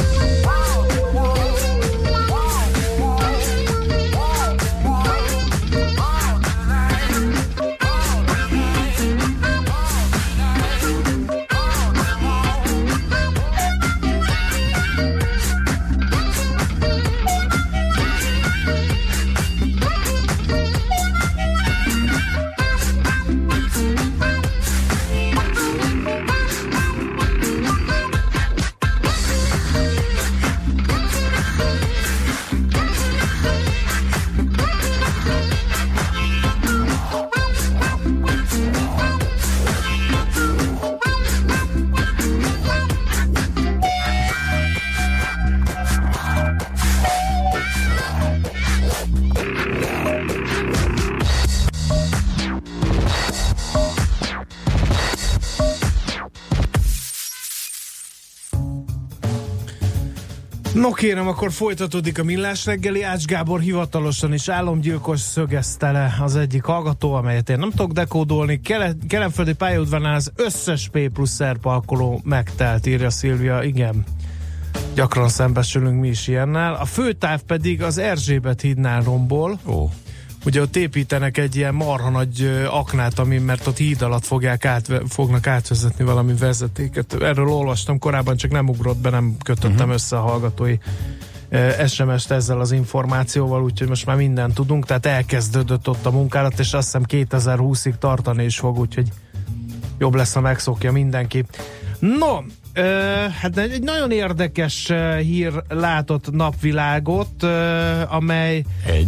No kérem, akkor folytatódik a Millás reggeli. Ács Gábor hivatalosan is álomgyilkos, szögezte le az egyik hallgató, amelyet én nem tudok dekódolni. Kelenföldi pályaudvarnál az összes P+R parkoló megtelt, írja Szilvia. Igen, gyakran szembesülünk mi is ilyennel. A főtáv pedig az Erzsébet hídnál rombol. Ugye ott építenek egy ilyen marha nagy aknát, mert ott híd alatt fognak átvezetni valami vezetéket. Erről olvastam korábban, csak nem ugrott be, nem kötöttem össze a hallgatói SMS-t ezzel az információval, úgyhogy most már mindent tudunk, tehát elkezdődött ott a munkálat, és azt hiszem 2020-ig tartani is fog, úgyhogy jobb lesz, ha megszokja mindenki. No, hát egy nagyon érdekes hír látott napvilágot, amely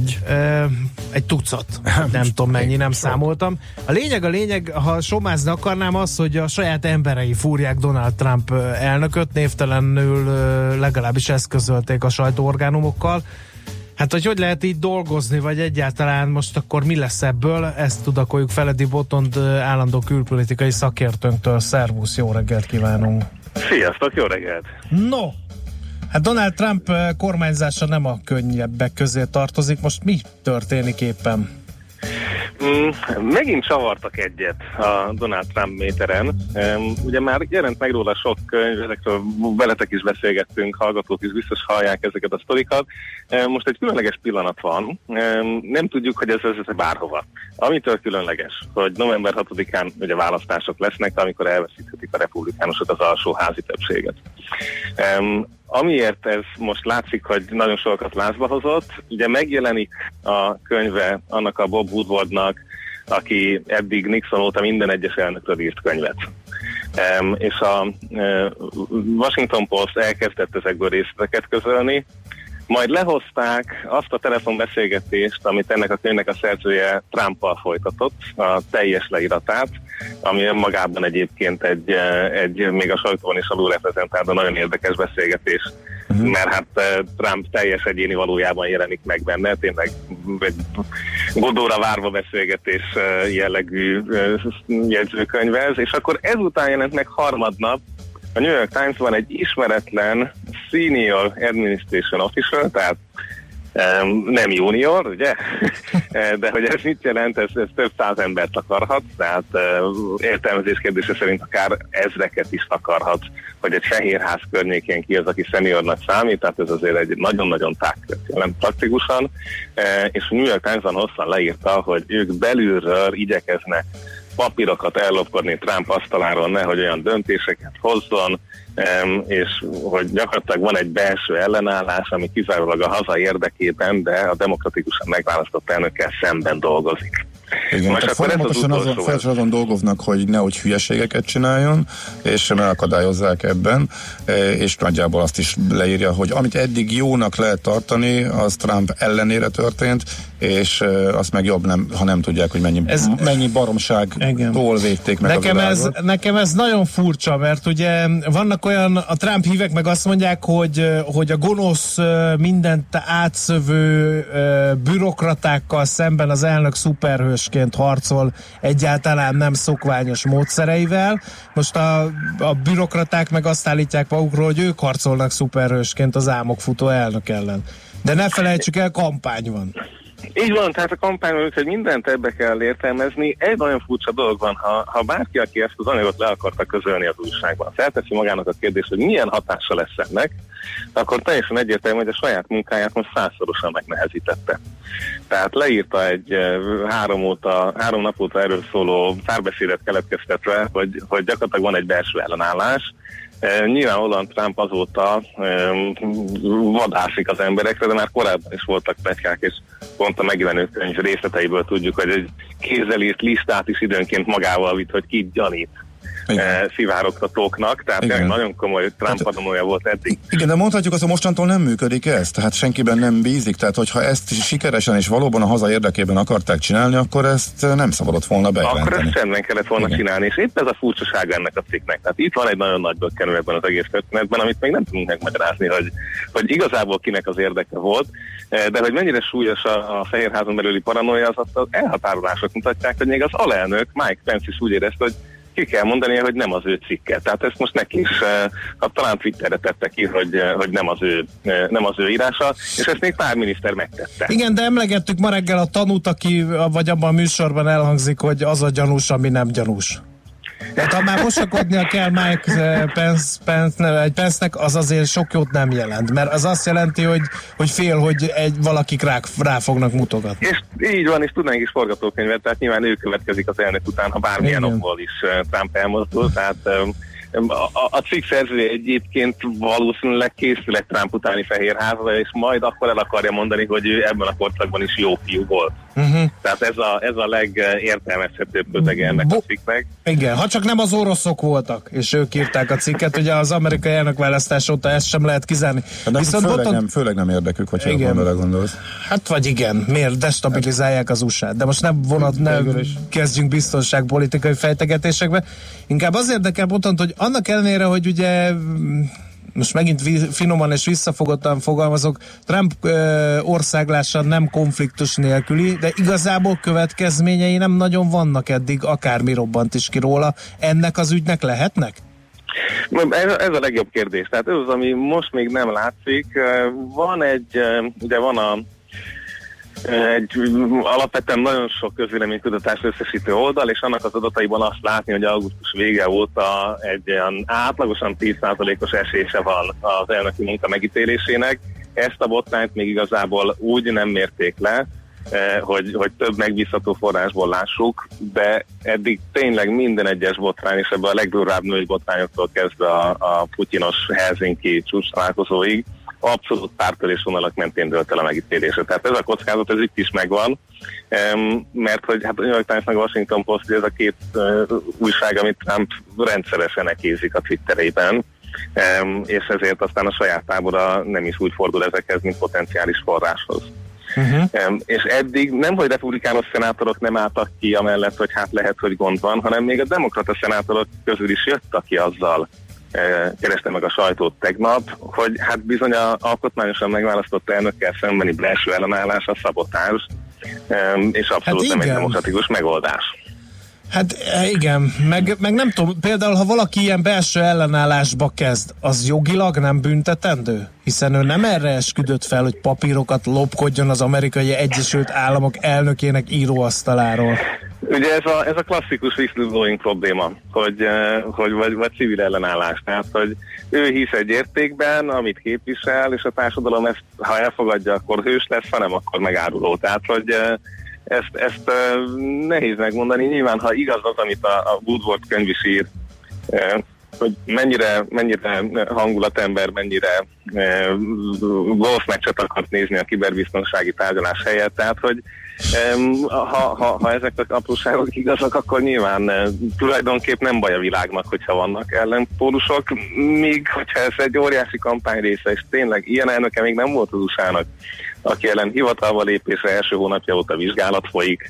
egy tucat, nem tudom mennyi, nem számoltam. A lényeg, ha somázni akarnám, az, hogy a saját emberei fúrják Donald Trump elnököt, névtelenül legalábbis ezt közölték a sajtóorgánumokkal. Hát, hogy lehet így dolgozni, vagy egyáltalán most akkor mi lesz ebből, ezt tudakoljuk Feledi Botond állandó külpolitikai szakértőnktől. Szervusz, jó reggelt kívánunk! Sziasztok, jó reggelt! No, hát Donald Trump kormányzása nem a könnyebbek közé tartozik, most mi történik éppen? Megint csavartak egyet a Donald Trump méteren. Ugye már jelent meg róla sok könyv, ezekről veletek is beszélgettünk, hallgatók is biztos hallják ezeket a sztorikat. Most egy különleges pillanat van, nem tudjuk, hogy ez vezet bárhova. Amitől különleges, hogy november 6-án ugye választások lesznek, amikor elveszíthetik a republikánusok az alsóházi többséget. Amiért ez most látszik, hogy nagyon sokat lázba hozott, ugye megjelenik a könyve annak a Bob Woodwardnak, aki eddig Nixon óta minden egyes elnökről írt könyvet. És a Washington Post elkezdett ezekből részleteket közölni, majd lehozták azt a telefonbeszélgetést, amit ennek a könyvnek a szerzője Trumpal folytatott, a teljes leíratát, ami önmagában egyébként egy még a sajtóban is alulreprezentált, de nagyon érdekes beszélgetés, mert hát Trump teljes egyéni valójában jelenik meg benne, tényleg egy Godóra várva beszélgetés jellegű jegyzőkönyvez, és akkor ezután jelent meg harmadnap a New York Times-ban egy ismeretlen senior administration official, tehát Nem junior, ugye? De hogy ez mit jelent, ez több száz embert takarhat, tehát értelmezés kérdése szerint akár ezreket is takarhat, hogy egy Fehérház környékén ki az, aki seniornak számít, tehát ez azért egy nagyon-nagyon tágkört jelent praktikusan, és a New York Times-ban hosszan leírta, hogy ők belülről igyekeznek papírokat ellopkodni Trump asztaláról, nehogy olyan döntéseket hozzon, és hogy gyakorlatilag van egy belső ellenállás, ami kizárólag a haza érdekében, de a demokratikusan megválasztott elnökkel szemben dolgozik. Igen, most tehát folyamatosan azon dolgoznak, hogy nehogy hülyeségeket csináljon, és megakadályozzák ebben, és nagyjából azt is leírja, hogy amit eddig jónak lehet tartani, az Trump ellenére történt, és azt meg jobb, ha nem tudják, hogy mennyi baromságtól végték meg nekem ez nagyon furcsa, mert ugye vannak olyan, a Trump hívek meg azt mondják, hogy a gonosz, mindent átszövő bürokratákkal szemben az elnök szuperhősként harcol, egyáltalán nem szokványos módszereivel. Most a bürokraták meg azt állítják magukról, hogy ők harcolnak szuperhősként az álmokfutó elnök ellen. De ne felejtsük el, kampány van. Így van, tehát a kampányban, hogy mindent ebbe kell értelmezni. Egy nagyon furcsa dolog van, ha bárki, aki ezt az anyagot le akarta közölni az újságban, felteszi magának a kérdést, hogy milyen hatása lesz ennek, akkor teljesen egyértelmű, hogy a saját munkáját most 100-szorosan megnehezítette. Tehát leírta egy 3 nap óta erről szóló párbeszédet keletkeztetve, hogy gyakorlatilag van egy belső ellenállás. Nyilvánvalóan Trump azóta vadászik az emberekre, de már korábban is voltak pletykák, és pont a megjelenő könyv részleteiből tudjuk, hogy egy kézzel írt listát is időnként magával vitt, hogy ki gyanít szivárogtatóknak, tehát nagyon komoly Trump paranoia volt eddig. Igen, de mondhatjuk azt, hogy mostantól nem működik ez, tehát senkiben nem bízik, tehát hogyha ezt sikeresen és valóban a haza érdekében akarták csinálni, akkor ezt nem szabadott volna bejelenteni. Akkor ezt rendben kellett volna csinálni, és épp ez a furcsaság ennek a cikknek. Tehát itt van egy nagyon nagy bökkenő ebben az egész történetben, amit még nem tudunk megmagyarázni, hogy igazából kinek az érdeke volt, de hogy mennyire súlyos a Fehérházon belüli paranoia, az elhatárolások mutatják, hogy még az alelnök Mike Pence is úgy érezte, hogy ki kell mondania, hogy nem az ő cikke. Tehát ezt most neki is, talán Twitterre tette ki, hogy nem az ő írása, és ezt még pár miniszter megtette. Igen, de emlegettük ma reggel a tanút, vagy abban a műsorban elhangzik, hogy az a gyanús, ami nem gyanús. Tehát ha már mosakodnia kell Mike Pence-nek, az azért sok jót nem jelent, mert az azt jelenti, hogy fél, hogy valakik rá fognak mutogatni. És így van, és tudnánk is forgatókönyvet, tehát nyilván ő következik az elnök után, ha bármilyen okból is Trump elmozdul, tehát a cikk szerzője egyébként valószínűleg készül egy Trump utáni Fehérházra, és majd akkor el akarja mondani, hogy ő ebben a korszakban is jó fiú volt. Tehát ez a legértelmezhetőbb közege ennek a cikknek. Igen, ha csak nem az oroszok voltak, és ők írták a cikket, ugye az amerikai elnökválasztás óta ezt sem lehet kizárni. De főleg nem érdekük, hogyha abban belegondolsz. Hát vagy igen, miért destabilizálják az USA-t. De most nem kezdjünk biztonságpolitikai fejtegetésekbe. Inkább az érdekel ponton, hogy annak ellenére, hogy ugye most megint finoman és visszafogottan fogalmazok, Trump országlása nem konfliktus nélküli, de igazából következményei nem nagyon vannak eddig, akármi robbant is ki róla. Ennek az ügynek lehetnek? Ez a legjobb kérdés. Tehát ez az, ami most még nem látszik. Van egy alapvetően nagyon sok közvéleménykutatás összesítő oldal, és annak az adataiban azt látni, hogy augusztus vége óta egy olyan átlagosan 10%-os esése van az elnöki munka megítélésének. Ezt a botrányt még igazából úgy nem mérték le, hogy több megbízható forrásból lássuk, de eddig tényleg minden egyes botrány, és ebben a legdurvább női botrányoktól kezdve a putyinos Helsinki csúcs találkozóig abszolút pártörésvonalak mentén dölt el a megítélése. Tehát ez a kockázat, ez itt is megvan, mert hogy hát a New York Times meg a Washington Post, ez a két újság, amit Trump rendszeresen ekézik a Twitterében, és ezért aztán a saját tábora nem is úgy fordul ezekhez, mint potenciális forráshoz. És eddig nem, hogy republikánus szenátorok nem álltak ki amellett, hogy hát lehet, hogy gond van, hanem még a demokrata szenátorok közül is jött, aki azzal kereste meg a sajtót tegnap, hogy hát bizony a alkotmányosan megválasztott elnökkel szembeni belső ellenállás a szabotázs, és abszolút nem egy demokratikus megoldás. Hát igen, meg nem tudom, például ha valaki ilyen belső ellenállásba kezd, az jogilag nem büntetendő? Hiszen ő nem erre esküdött fel, hogy papírokat lopkodjon az Amerikai Egyesült Államok elnökének íróasztaláról. Ugye ez a klasszikus whistleblowing probléma, vagy civil ellenállás. Tehát, hogy ő hisz egy értékben, amit képvisel, és a társadalom ezt, ha elfogadja, akkor hős lesz, ha nem, akkor megáruló. Tehát, hogy ezt nehéz megmondani. Nyilván, ha igaz az, amit a Woodward könyv is ír, hogy mennyire hangulatember, mennyire golfmeccset akart nézni a kiberbiztonsági tárgyalás helyett. Tehát, hogy ha ezek az apróságok igazak, akkor nyilván tulajdonképp nem baj a világnak, hogyha vannak ellenpólusok, míg hogyha ez egy óriási kampány része, és tényleg ilyen elnöke még nem volt az USA-nak, aki ellen hivatalba lépésre első hónapja óta vizsgálat folyik,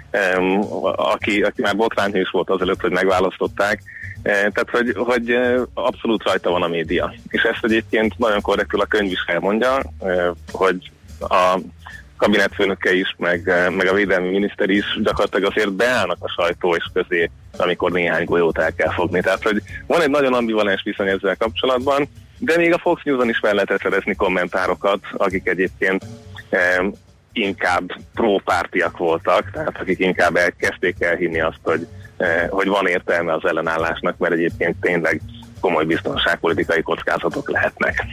aki már botrányhős volt azelőtt, hogy megválasztották. Tehát, hogy abszolút rajta van a média. És ezt egyébként nagyon korrektül a könyv is elmondja, hogy a kabinetfőnöke is, meg a védelmi miniszter is gyakorlatilag azért beállnak a sajtó és közé, amikor néhány golyót el kell fogni. Tehát, hogy van egy nagyon ambivalens viszony ezzel kapcsolatban, de még a Fox News-on is fel lehetett szerezni kommentárokat, akik egyébként inkább pro-pártiak voltak, tehát akik inkább elkezdték elhinni azt, hogy van értelme az ellenállásnak, mert egyébként tényleg komoly biztonságpolitikai kockázatok lehetnek.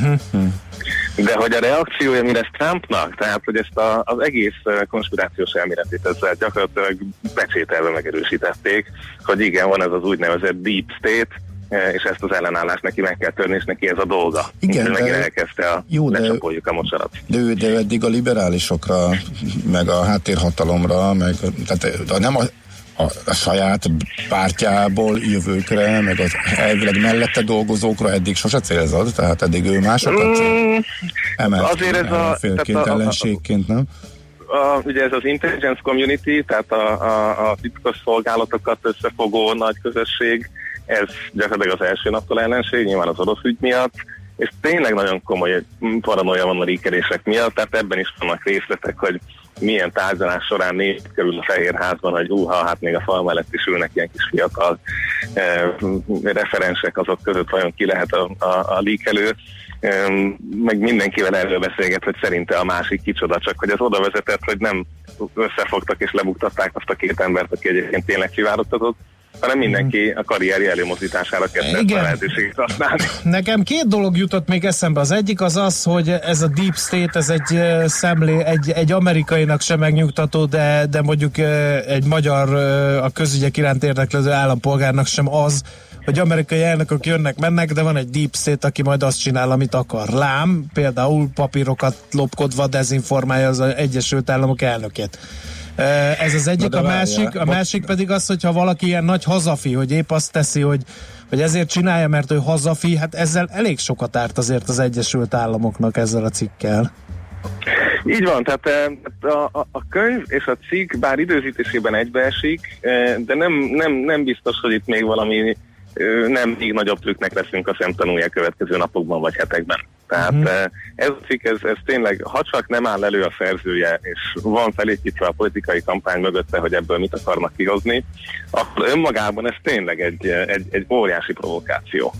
De hogy a reakciója mi lesz Trumpnak, tehát hogy ezt az egész konspirációs elméletét ezzel gyakorlatilag becsételve megerősítették, hogy igen, van ez az úgynevezett deep state, és ezt az ellenállást neki meg kell törni, és neki ez a dolga. Igen, megint elkezdte lecsapoljuk a mosarat. De eddig a liberálisokra, meg a háttérhatalomra, meg tehát nem a saját pártjából jövőkre, meg az elvileg mellette dolgozókra eddig sose célzott, tehát eddig ő másokat emelt félként, ellenségként, nem? Ugye ez az intelligence community, tehát a titkos szolgálatokat összefogó nagy közösség, ez gyakorlatilag az első naptól ellenség, nyilván az orosz ügy miatt, és tényleg nagyon komoly paranoia van a líkelések miatt, tehát ebben is vannak részletek, hogy milyen tárgyalás során négy kerül a Fehérházban, hogy hát még a fal mellett is ülnek ilyen kis fiatal referensek, azok között vajon ki lehet a líkelő, meg mindenkivel erről beszélget, hogy szerinte a másik kicsoda, csak hogy ez oda vezetett, hogy nem összefogtak és lebuktatták azt a két embert, aki egyébként tényleg kiválogtatott, hanem mindenki a karrierje előmozdítására kezdett a lehetőséget használni. Nekem két dolog jutott még eszembe. Az egyik az, hogy ez a deep state, ez egy egy amerikainak sem megnyugtató, de mondjuk egy magyar, a közügyek iránt érdeklődő állampolgárnak sem az, hogy amerikai elnökök jönnek-mennek, de van egy deep state, aki majd azt csinál, amit akar. Lám, például papírokat lopkodva dezinformálja az Egyesült Államok elnökét. Ez az egyik, a másik pedig az, hogyha valaki ilyen nagy hazafi, hogy épp azt teszi, hogy ezért csinálja, mert ő hazafi, hát ezzel elég sokat árt azért az Egyesült Államoknak ezzel a cikkel. Így van, tehát a könyv és a cikk bár időzítésében egybeesik, de nem biztos, hogy itt még valami nem még nagyobb trükknek leszünk a szemtanúja következő napokban vagy hetekben. Tehát ez a cikk, ez tényleg, ha csak nem áll elő a szerzője, és van felépítve a politikai kampány mögötte, hogy ebből mit akarnak kihozni, akkor önmagában ez tényleg egy óriási provokáció.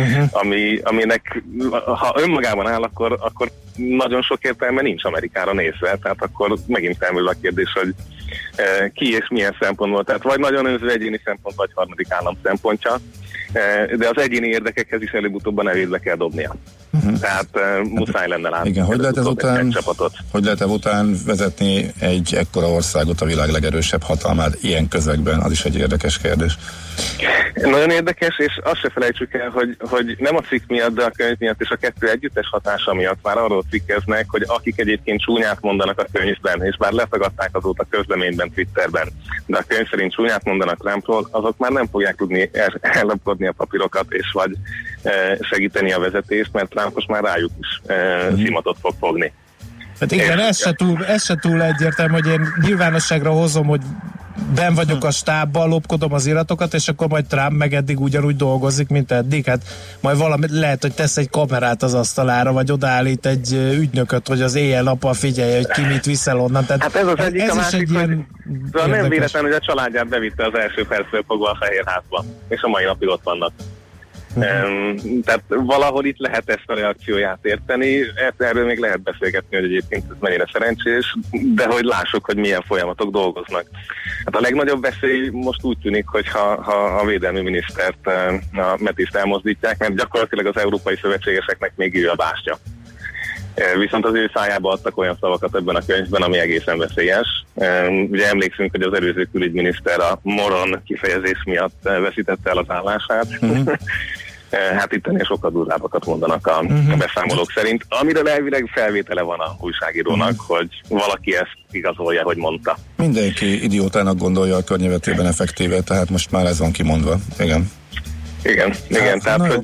Aminek, ha önmagában áll, akkor nagyon sok értelme nincs Amerikára nézve, tehát akkor megint felmerül a kérdés, hogy ki és milyen szempontból, tehát vagy nagyon önző egyéni szempont, vagy harmadik állam szempontja, de az egyéni érdekekhez is előbb-utóbb a nevét be kell dobnia. Tehát muszáj lenne látni. Igen, hogy lehet ezután vezetni egy ekkora országot, a világ legerősebb hatalmát ilyen közegben, az is egy érdekes kérdés. Nagyon érdekes, és azt se felejtsük el, hogy nem a cikk miatt, de a könyv miatt és a kettő együttes hatása miatt már arról cikkeznek, hogy akik egyébként csúnyát mondanak a könyvben, és bár letagadták azóta közleményben, Twitterben, de a könyv szerint csúnyát mondanak Trumpról, azok már nem fogják tudni ellopkodni a papírokat, és vagy segíteni a vezetést, mert Trump most már rájuk is szimatot fog fogni. Hát igen, ez se túl egyértelmű, hogy én nyilvánosságra hozom, hogy ben vagyok a stábban, lopkodom az iratokat, és akkor majd Trump meg eddig ugyanúgy dolgozik, mint eddig. Hát majd valami, lehet, hogy tesz egy kamerát az asztalára, vagy odaállít egy ügynököt, hogy az éjjel-nappal figyelje, hogy ki mit viszel onnan. Tehát hát ez az egyik, ez a másik, egy ilyen nem véletlen, hogy a családját bevitte az első percről fogva a Fehérházba, és a mai napig ott vannak. Tehát valahol itt lehet ezt a reakcióját érteni, erről még lehet beszélgetni, hogy egyébként ez mennyire szerencsés, de hogy lássuk, hogy milyen folyamatok dolgoznak. Hát a legnagyobb veszély most úgy tűnik, hogy ha a védelmi minisztert, a Mattiszt elmozdítják, mert gyakorlatilag az európai szövetségeseknek még ő a bástya. Viszont az ő szájába adtak olyan szavakat ebben a könyvben, ami egészen veszélyes. Ugye emlékszünk, hogy az előző külügyminiszter a moron kifejezés miatt veszítette el az állását. Hát itt ennél sokkal durvábbakat mondanak a beszámolók szerint, amiről elvileg felvétele van a újságírónak, hogy valaki ezt igazolja, hogy mondta. Mindenki idiótának gondolja a környezetében effektíve, tehát most már ez van kimondva. Igen. Igen, tehát hogy...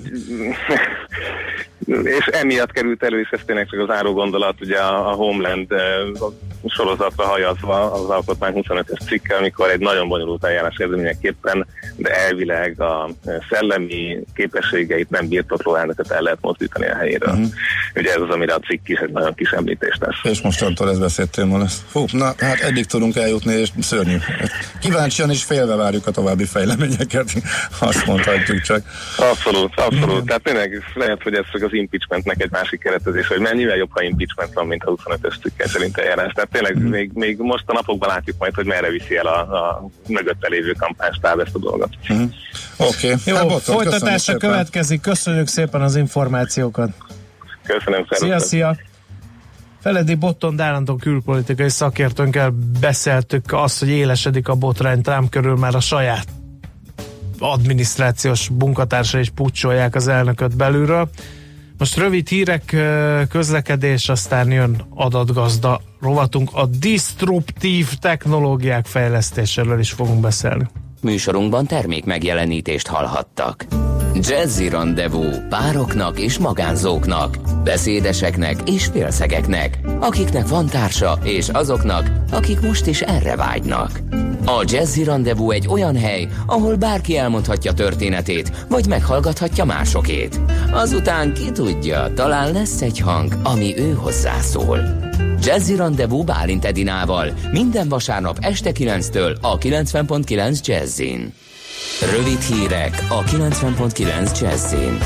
és emiatt került elő, és ez tényleg csak az záró gondolat, ugye a Homeland sorozatra hajazva az Alkotmány 25-es cikke, amikor egy nagyon bonyolult eljárás eredményeképpen, de elvileg a szellemi képességeit nem birtokló elnököt el lehet mozdítani a helyéről. Ugye ez az, amire a cikk is egy nagyon kis említést tesz. És mostantól ez beszéltél lesz. Fú, na hát eddig tudunk eljutni, és szörnyű. Kíváncsian és félve várjuk a további fejleményeket, azt mondhatjuk csak. Abszolút. Tehát tényleg lehet, hogy ez csak az impeachmentnek egy másik keretezés, hogy mennyivel jobb, ha impeachment van, mint a 25-ös cikkel szerint eljárás. Tehát tényleg még most a napokban látjuk majd, hogy merre viszi el a mögötte lévő kampánystáb ezt a dolgot. Oké. Jó, hát folytatásra következik. Köszönjük szépen az információkat. Köszönöm szépen. Szia. Feledi Botton állandó külpolitikai szakértőnkkel beszéltük azt, hogy élesedik a botrány Trump körül, már a saját adminisztrációs munkatársa is pucsolják az elnököt belülről. Most rövid hírek, közlekedés, aztán jön adatgazda rovatunk. A disztruptív technológiák fejlesztéséről is fogunk beszélni. Műsorunkban termék megjelenítést hallhattak. Jazzy Rendezvous pároknak és magánzóknak, beszédeseknek és félszegeknek, akiknek van társa, és azoknak, akik most is erre vágynak. A Jazzy Rendezvous egy olyan hely, ahol bárki elmondhatja történetét, vagy meghallgathatja másokét. Azután ki tudja, talán lesz egy hang, ami ő hozzászól. Jazzy Rendezvous Bálint Edinával minden vasárnap este 9-től a 90.9 Jazzin. Rövid hírek a 90.9 Jazzin.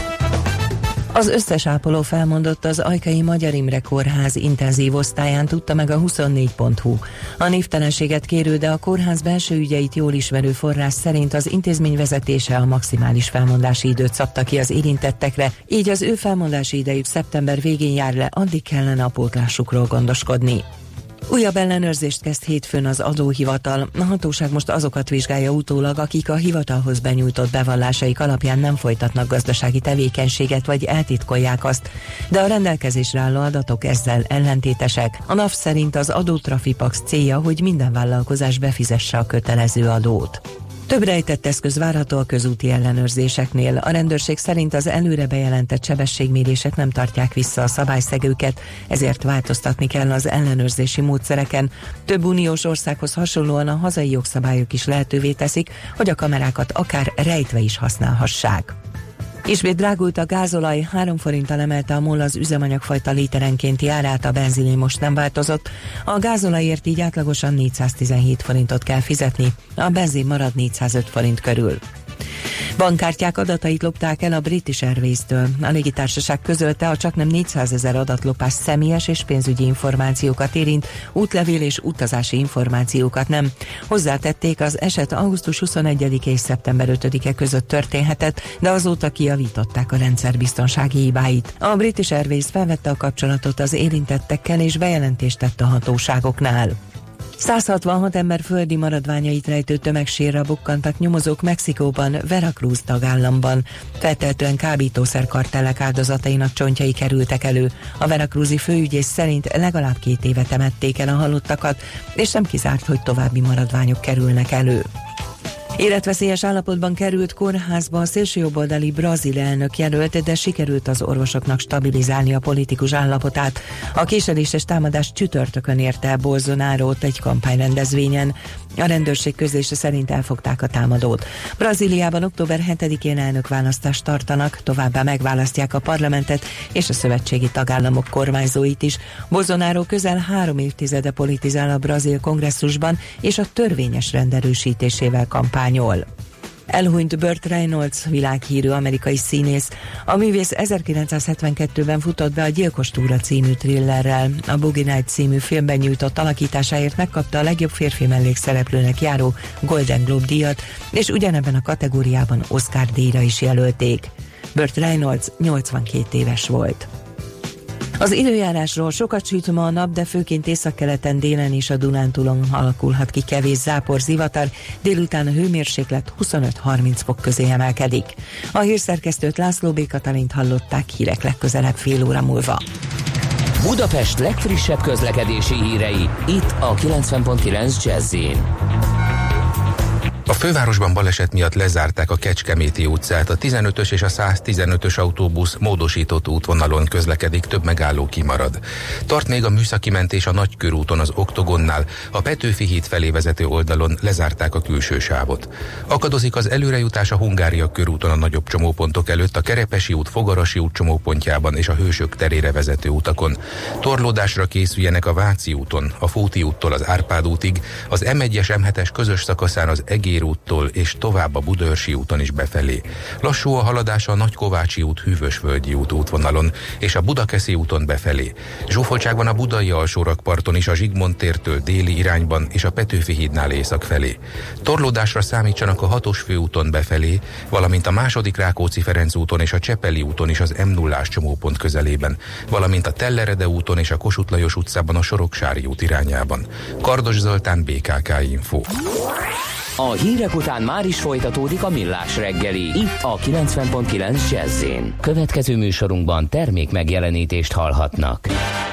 Az összes ápoló felmondott az Ajkai Magyar Imre Kórház intenzív osztályán, tudta meg a 24.hu. A névtelenséget kérő, de a kórház belső ügyeit jól ismerő forrás szerint az intézmény vezetése a maximális felmondási időt szabta ki az érintettekre, így az ő felmondási idejük szeptember végén jár le, addig kellene a pótlásukról gondoskodni. Újabb ellenőrzést kezd hétfőn az adóhivatal. A hatóság most azokat vizsgálja utólag, akik a hivatalhoz benyújtott bevallásaik alapján nem folytatnak gazdasági tevékenységet, vagy eltitkolják azt, de a rendelkezésre álló adatok ezzel ellentétesek. A NAV szerint az adótrafipax célja, hogy minden vállalkozás befizesse a kötelező adót. Több rejtett eszköz várható a közúti ellenőrzéseknél. A rendőrség szerint az előre bejelentett sebességmérések nem tartják vissza a szabályszegőket, ezért változtatni kell az ellenőrzési módszereken. Több uniós országhoz hasonlóan a hazai jogszabályok is lehetővé teszik, hogy a kamerákat akár rejtve is használhassák. Ismét drágult a gázolaj, 3 forinttal emelte a MOL az üzemanyagfajta literenkénti árát, a benziné most nem változott. A gázolajért így átlagosan 417 forintot kell fizetni, a benzin marad 405 forint körül. Bankkártyák adatait lopták el a British Airways-től. A légitársaság közölte, a csaknem 400 000 adatlopás személyes és pénzügyi információkat érint, útlevél és utazási információkat nem. Hozzátették, az eset augusztus 21 és szeptember 5-e között történhetett, de azóta kijavították a rendszer biztonsági hibáit. A British Airways felvette a kapcsolatot az érintettekkel és bejelentést tett a hatóságoknál. 166 ember földi maradványait rejtő tömegsírra bukkantak nyomozók Mexikóban, Veracruz tagállamban. Feltehetően kábítószerkartellek áldozatainak csontjai kerültek elő. A veracruzi főügyész szerint legalább 2 éve temették el a halottakat, és nem kizárt, hogy további maradványok kerülnek elő. Életveszélyes állapotban került kórházba a szélsőjobboldali brazil elnök jelölt, de sikerült az orvosoknak stabilizálni a politikus állapotát. A késeléses támadás csütörtökön érte el Bolsonarót egy kampányrendezvényen. A rendőrség közlése szerint elfogták a támadót. Brazíliában október 7-én elnökválasztást tartanak, továbbá megválasztják a parlamentet és a szövetségi tagállamok kormányzóit is. Bolsonaro közel 3 évtizede politizál a brazil kongresszusban, és a törvényes rend erősítésével kampányol. Elhunyt Burt Reynolds, világhírű amerikai színész. A művész 1972-ben futott be a Gyilkos túra című thrillerrel. A Boogie Night című filmben nyújtott alakításáért megkapta a legjobb férfi mellékszereplőnek járó Golden Globe díjat, és ugyanebben a kategóriában Oscar díjra is jelölték. Burt Reynolds 82 éves volt. Az időjárásról: sokat süt ma a nap, de főként északkeleten, délen és a Dunántúlon alakulhat ki kevés zápor, zivatar, délután a hőmérséklet 25-30 fok közé emelkedik. A hírszerkesztőt, László B. Katalint hallották, hírek legközelebb fél óra múlva. Budapest legfrissebb közlekedési hírei, itt a 90.9 Jazz-in. A fővárosban baleset miatt lezárták a Kecskeméti utcát, a 15-ös és a 115-ös autóbusz módosított útvonalon közlekedik, több megálló kimarad. Tart még a műszaki mentés a Nagykörúton az Oktogonnál, a Petőfi híd felé vezető oldalon lezárták a külső sávot. Akadozik az előrejutás a Hungária körúton a nagyobb csomópontok előtt, a Kerepesi út, Fogarasi út csomópontjában és a Hősök terére vezető utakon. Torlódásra készüljenek a Váci úton, a Fóti úttól az Árpád útig, az M1-es M7-es közös szakaszán az Egér úttól és tovább a Budaörsi úton is befelé. Lassú a haladás a Nagykovácsi út, Hűvösvölgyi út útvonalon és a Budakeszi úton befelé. Zsúfoltság van a Budai alsórakparton is a Zsigmond tértől déli irányban és a Petőfi hídnál észak felé. Torlódásra számítsanak a 6-os főúton befelé, valamint a második Rákóczi-Ferenc úton és a Csepeli úton is az M0-ás csomópont közelében, valamint a Tellerede úton és a Kossuth Lajos utcában a Soroksári út irányában. Kardos Zoltán, BKK Info. A hírek után már is folytatódik a Millás reggeli, itt a 90.9 Jazz-in. Következő műsorunkban termék megjelenítést hallhatnak.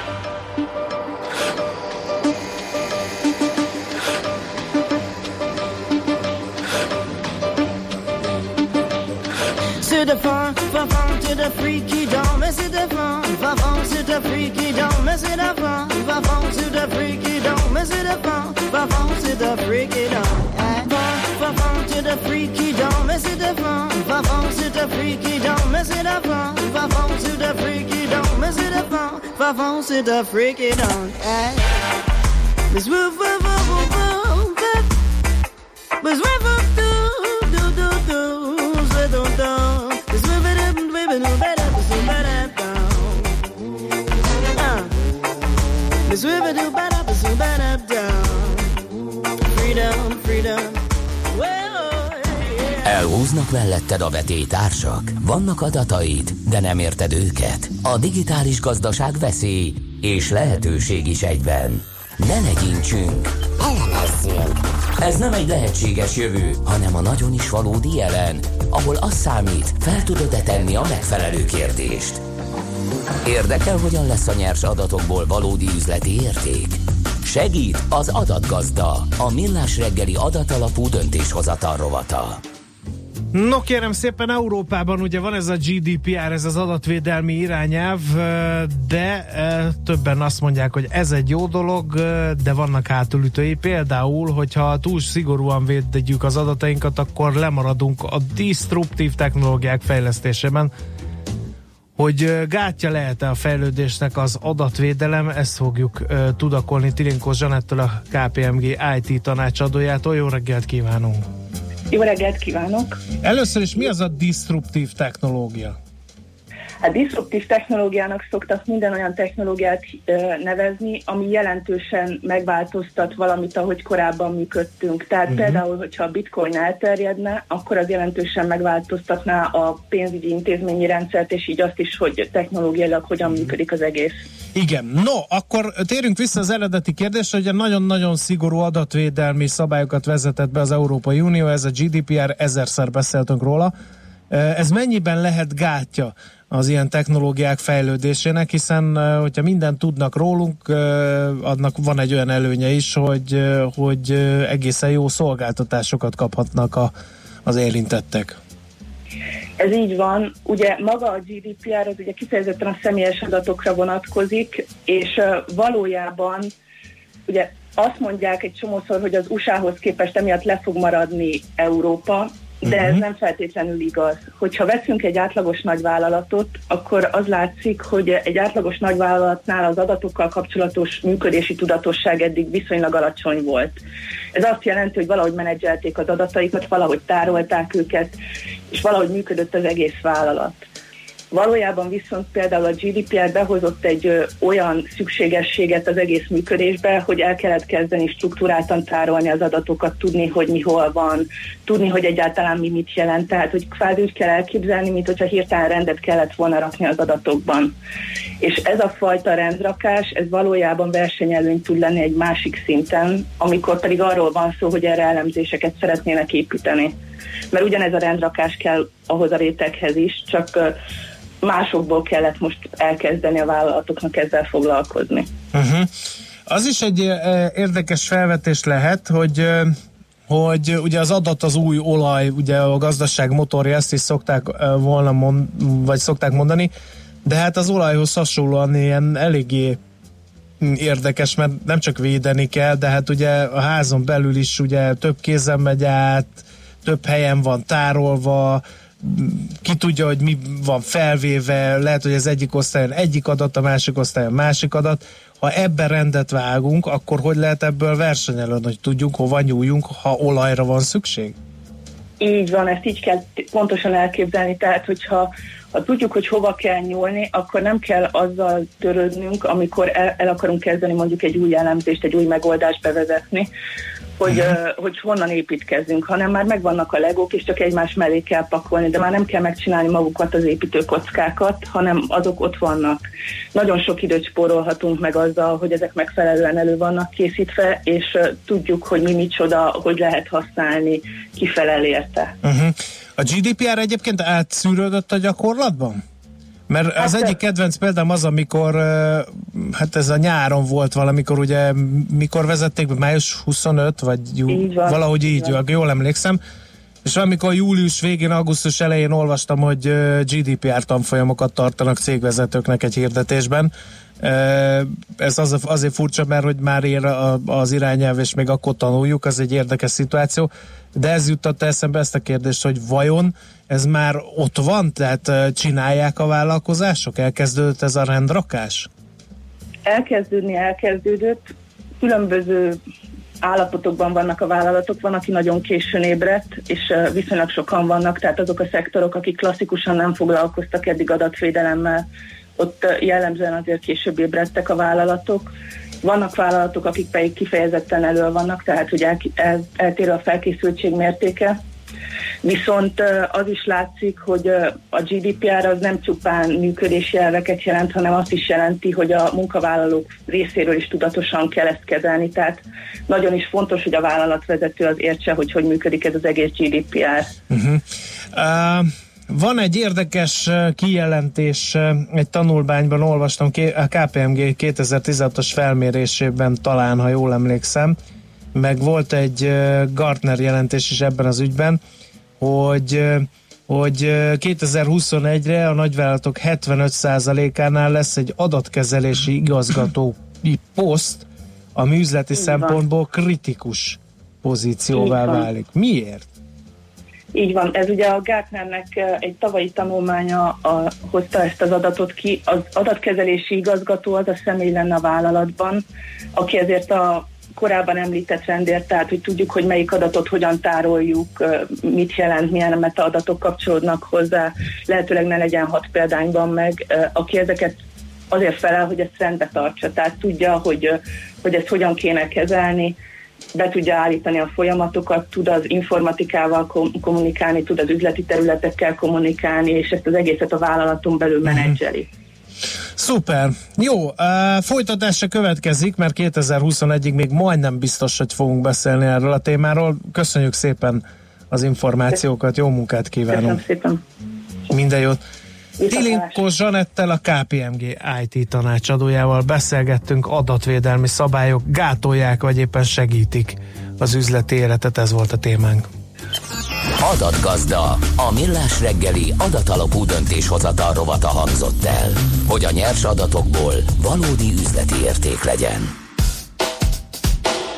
To the fun, to the freaky, don't mess it up, fun, to the freaky, don't mess it up, fun, to the freaky, don't mess it up, fun, to the freaky, don't, to the freaky, don't mess it up, fun, to the freaky, don't mess it up, fun, to the freaky, don't mess it up, fun, to the freaky, don't, Miss Woof, woof, woof, woof, woof, Miss Woof, woof, do, do, do, do, so don't, don't. Elhúznak melletted a vetélytársak? Vannak adataid, de nem érted őket? A digitális gazdaság veszély és lehetőség is egyben. Ne legyintsünk, elemezzünk. Ez nem egy lehetséges jövő, hanem a nagyon is valódi jelen, ahol az számít, fel tudod-e tenni a megfelelő kérdést. Érdekel, hogyan lesz a nyers adatokból valódi üzleti érték? Segít az adatgazda, a Millás reggeli adatalapú döntéshozatal rovata. No kérem szépen, Európában ugye van ez a GDPR, ez az adatvédelmi irányelv, de többen azt mondják, hogy ez egy jó dolog, de vannak hátulütői. Például, hogyha túl szigorúan védjük az adatainkat, akkor lemaradunk a disruptív technológiák fejlesztésében. Hogy gátja lehet-e a fejlődésnek az adatvédelem, ezt fogjuk tudakolni Tilinkó Zsanettől, a KPMG IT tanácsadójától. Jó reggelt kívánunk! Jó reggelt kívánok! Először is mi az a disruptív technológia? A disruptív technológiának szoktak minden olyan technológiát nevezni, ami jelentősen megváltoztat valamit, ahogy korábban működtünk. Tehát például, hogyha a bitcoin elterjedne, akkor az jelentősen megváltoztatná a pénzügyi intézményi rendszert, és így azt is, hogy technológiailag hogyan működik az egész. Igen, no, akkor térjünk vissza az eredeti kérdésre, hogy nagyon-nagyon szigorú adatvédelmi szabályokat vezetett be az Európai Unió, ez a GDPR, 1000-szer beszéltünk róla. Ez mennyiben lehet gátja az ilyen technológiák fejlődésének, hiszen hogyha mindent tudnak rólunk, annak van egy olyan előnye is, hogy egészen jó szolgáltatásokat kaphatnak az érintettek. Ez így van. Ugye maga a GDPR az ugye kifejezetten a személyes adatokra vonatkozik, és valójában ugye azt mondják egy csomószor, hogy az USA-hoz képest emiatt le fog maradni Európa, de ez nem feltétlenül igaz. Hogyha veszünk egy átlagos nagyvállalatot, akkor az látszik, hogy egy átlagos nagyvállalatnál az adatokkal kapcsolatos működési tudatosság eddig viszonylag alacsony volt. Ez azt jelenti, hogy valahogy menedzselték az adataikat, valahogy tárolták őket, és valahogy működött az egész vállalat. Valójában viszont például a GDPR behozott egy olyan szükségességet az egész működésbe, hogy el kellett kezdeni struktúráltan tárolni az adatokat, tudni, hogy mi hol van, tudni, hogy egyáltalán mi mit jelent. Tehát, hogy kvázi úgy kell elképzelni, mint hogyha hirtelen rendet kellett volna rakni az adatokban. És ez a fajta rendrakás, ez valójában versenyelőny tud lenni egy másik szinten, amikor pedig arról van szó, hogy erre elemzéseket szeretnének építeni. Mert ugyanez a rendrakás kell ahhoz a réteghez is, csak másokból kellett most elkezdeni a vállalatoknak ezzel foglalkozni. Az is egy érdekes felvetés lehet, hogy ugye az adat az új olaj, ugye a gazdaság motorja, ezt is szokták vagy szokták mondani, de hát az olajhoz hasonlóan ilyen eléggé érdekes, mert nem csak védeni kell, de hát ugye a házon belül is ugye több kézen megy át, több helyen van tárolva, ki tudja, hogy mi van felvéve, lehet, hogy az egyik osztályon egyik adat, a másik osztályon másik adat. Ha ebben rendet vágunk, akkor hogy lehet ebből versenyelőn, hogy tudjuk, hova nyúljunk, ha olajra van szükség? Így van, ezt így kell pontosan elképzelni, tehát hogyha tudjuk, hogy hova kell nyúlni, akkor nem kell azzal törődnünk, amikor el akarunk kezdeni mondjuk egy új elemzést, egy új megoldást bevezetni, hogy honnan építkezzünk, hanem már megvannak a legók, és csak egymás mellé kell pakolni, de már nem kell megcsinálni magukat az építőkockákat, hanem azok ott vannak. Nagyon sok időt spórolhatunk meg azzal, hogy ezek megfelelően elő vannak készítve, és tudjuk, hogy mi micsoda, hogy lehet használni, ki felel érte. A GDPR egyébként átszűrődött a gyakorlatban? Mert az egyik kedvenc példám az, amikor hát ez a nyáron volt valamikor, ugye mikor vezették be, május 25, vagy valahogy így, jól emlékszem, és amikor július végén, augusztus elején olvastam, hogy GDPR tanfolyamokat tartanak cégvezetőknek egy hirdetésben. Ez azért furcsa, mert hogy már ér az irányelv, és még akkor tanuljuk, az egy érdekes szituáció, de ez juttatta eszembe ezt a kérdést, hogy vajon ez már ott van, tehát csinálják a vállalkozások? Elkezdődött ez a rendrakás? Elkezdődött. Különböző állapotokban vannak a vállalatok, van, aki nagyon későn ébredt, és viszonylag sokan vannak, tehát azok a szektorok, akik klasszikusan nem foglalkoztak eddig adatvédelemmel, ott jellemzően azért később ébredtek a vállalatok. Vannak vállalatok, akik pedig kifejezetten elől vannak, tehát hogy eltérő a felkészültség mértéke. Viszont az is látszik, hogy a GDPR az nem csupán működési elveket jelent, hanem azt is jelenti, hogy a munkavállalók részéről is tudatosan kell ezt kezelni. Tehát nagyon is fontos, hogy a vállalatvezető az értse, hogy működik ez az egész GDPR. Van egy érdekes kijelentés, egy tanulmányban olvastam, a KPMG 2016-os felmérésében talán, ha jól emlékszem, meg volt egy Gartner jelentés is ebben az ügyben, hogy 2021-re a nagyvállalatok 75%-ánál lesz egy adatkezelési igazgatói poszt, ami üzleti szempontból kritikus pozícióvá válik. Miért? Így van, ez ugye a Gartnernek egy tavalyi tanulmánya hozta ezt az adatot ki. Az adatkezelési igazgató az a személy lenne a vállalatban, aki ezért a korábban említett rendért, tehát hogy tudjuk, hogy melyik adatot hogyan tároljuk, mit jelent, milyen metaadatok kapcsolódnak hozzá, lehetőleg ne legyen 6 példányban meg, aki ezeket azért felel, hogy ezt rendbe tartsa, tehát tudja, hogy ezt hogyan kéne kezelni, be tudja állítani a folyamatokat, tud az informatikával kommunikálni, tud az üzleti területekkel kommunikálni, és ezt az egészet a vállalaton belül menedzseli. Szuper. Jó, folytatásra következik, mert 2021-ig még majdnem biztos, hogy fogunk beszélni erről a témáról. Köszönjük szépen az információkat, jó munkát kívánunk. Köszönöm szépen. Minden jót. Tilinkó Zsanettel, a KPMG IT tanácsadójával beszélgettünk, adatvédelmi szabályok gátolják, vagy éppen segítik az üzleti életet, ez volt a témánk. Adatgazda, a Millás reggeli adatalapú döntéshozatal rovata hangzott el, hogy a nyers adatokból valódi üzleti érték legyen.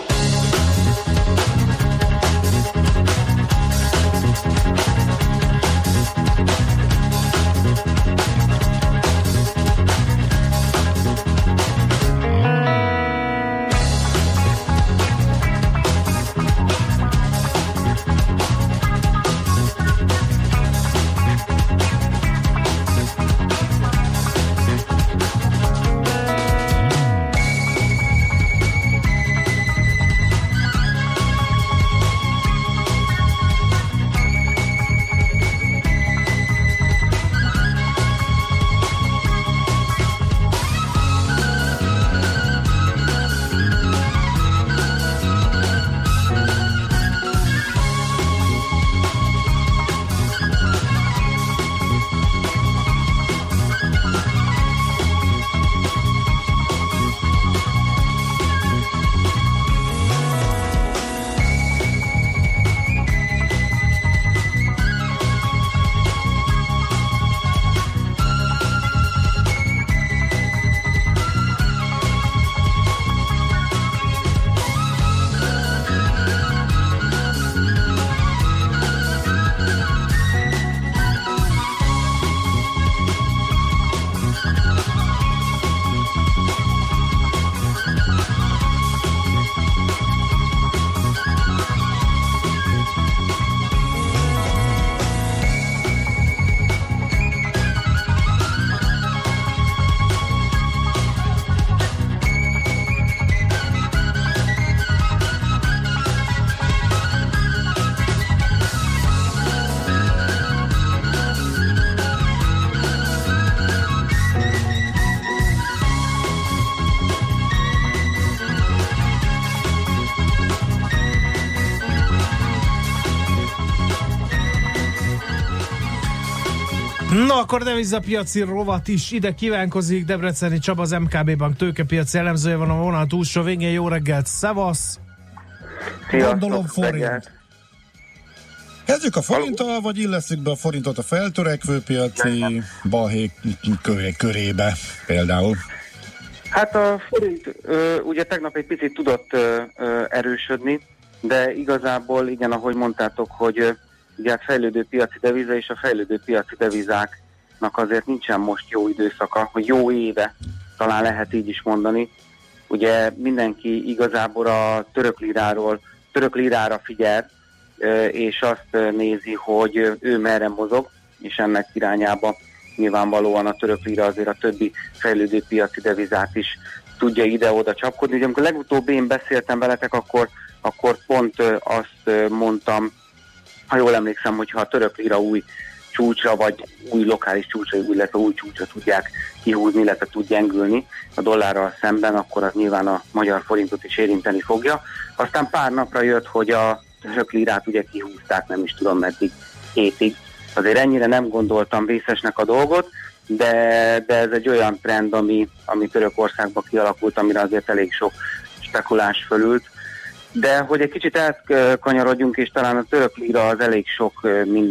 Na, akkor devizapiaci rovat is ide kívánkozik. Debreceni Csaba, az MKB Bank tőkepiaci elemzője van a vonal túlsó végén. Jó reggelt, szevasz! Gondolom forint. Kezdjük a forinttal, vagy illesszük be a forintot a feltörekvő piaci balhék körébe például? Hát a forint ugye tegnap egy picit tudott erősödni, de igazából igen, ahogy mondtátok, hogy ugye a fejlődő piaci deviza és a fejlődő piaci devizáknak azért nincsen most jó időszaka, hogy jó éve, talán lehet így is mondani. Ugye mindenki igazából a török lirára figyel, és azt nézi, hogy ő merre mozog, és ennek irányába nyilvánvalóan a török lira azért a többi fejlődő piaci devizát is tudja ide-oda csapkodni. Ugye amikor legutóbb én beszéltem veletek, akkor pont azt mondtam, ha jól emlékszem, hogyha a török lira új csúcsra, vagy új lokális csúcsra, illetve új csúcsra tudják kihúzni, illetve tud gyengülni a dollárral szemben, akkor az nyilván a magyar forintot is érinteni fogja. Aztán pár napra jött, hogy a török lirát ugye kihúzták, nem is tudom meddig, hétig. Azért ennyire nem gondoltam vészesnek a dolgot, de ez egy olyan trend, ami Törökországban kialakult, amire azért elég sok spekulás fölült. De hogy egy kicsit elkanyarodjunk, és talán a török lira az elég sok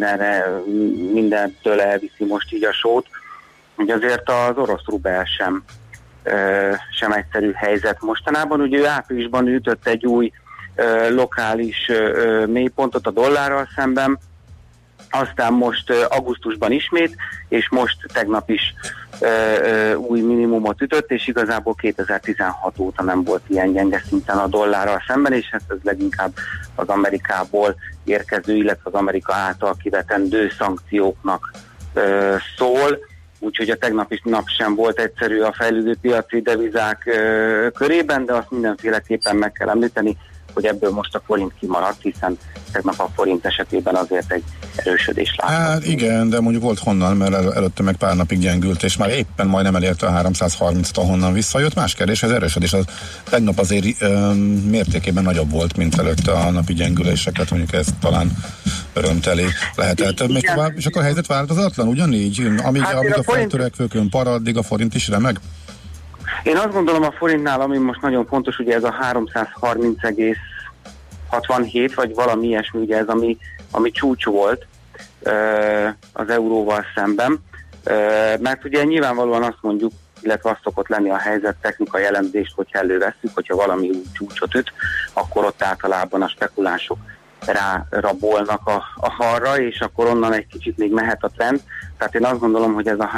mindentől elviszi most így a sót, hogy azért az orosz rubel sem egyszerű helyzet mostanában. Ugye ő áprilisban ütött egy új lokális mélypontot a dollárral szemben, aztán most augusztusban ismét, és most tegnap is új minimumot ütött, és igazából 2016 óta nem volt ilyen gyenge szinten a dollárral szemben, és ez leginkább az Amerikából érkező, illetve az Amerika által kivetendő szankcióknak szól, úgyhogy a tegnapi nap sem volt egyszerű a fejlődő piaci devizák körében, de azt mindenféleképpen meg kell említeni, hogy ebből most a forint kimaradt, hiszen tegnap a forint esetében azért egy erősödés látott. Hát igen, de mondjuk volt honnan, mert előtte meg pár napig gyengült, és már éppen majdnem elérte a 330-t, ahonnan visszajött. Más kérdés, az erősödés az tegnap azért mértékében nagyobb volt, mint előtte a napi gyengüléseket, mondjuk ez talán örömteli lehetett. És akkor a helyzet változatlan, ugyanígy? Amíg a feltörekvőkön par, addig a forint is remeg? Én azt gondolom a forintnál, ami most nagyon fontos, ugye ez a 330,67 vagy valami ilyesmi, ugye ez ami csúcs volt az euróval szemben, mert ugye nyilvánvalóan azt mondjuk, illetve azt szokott lenni a helyzet technikai elemzést, hogyha elővesszük, hogyha valami új csúcsot üt, akkor ott általában a spekulánsok rárabolnak a harra, és akkor onnan egy kicsit még mehet a trend. Tehát én azt gondolom, hogy ez a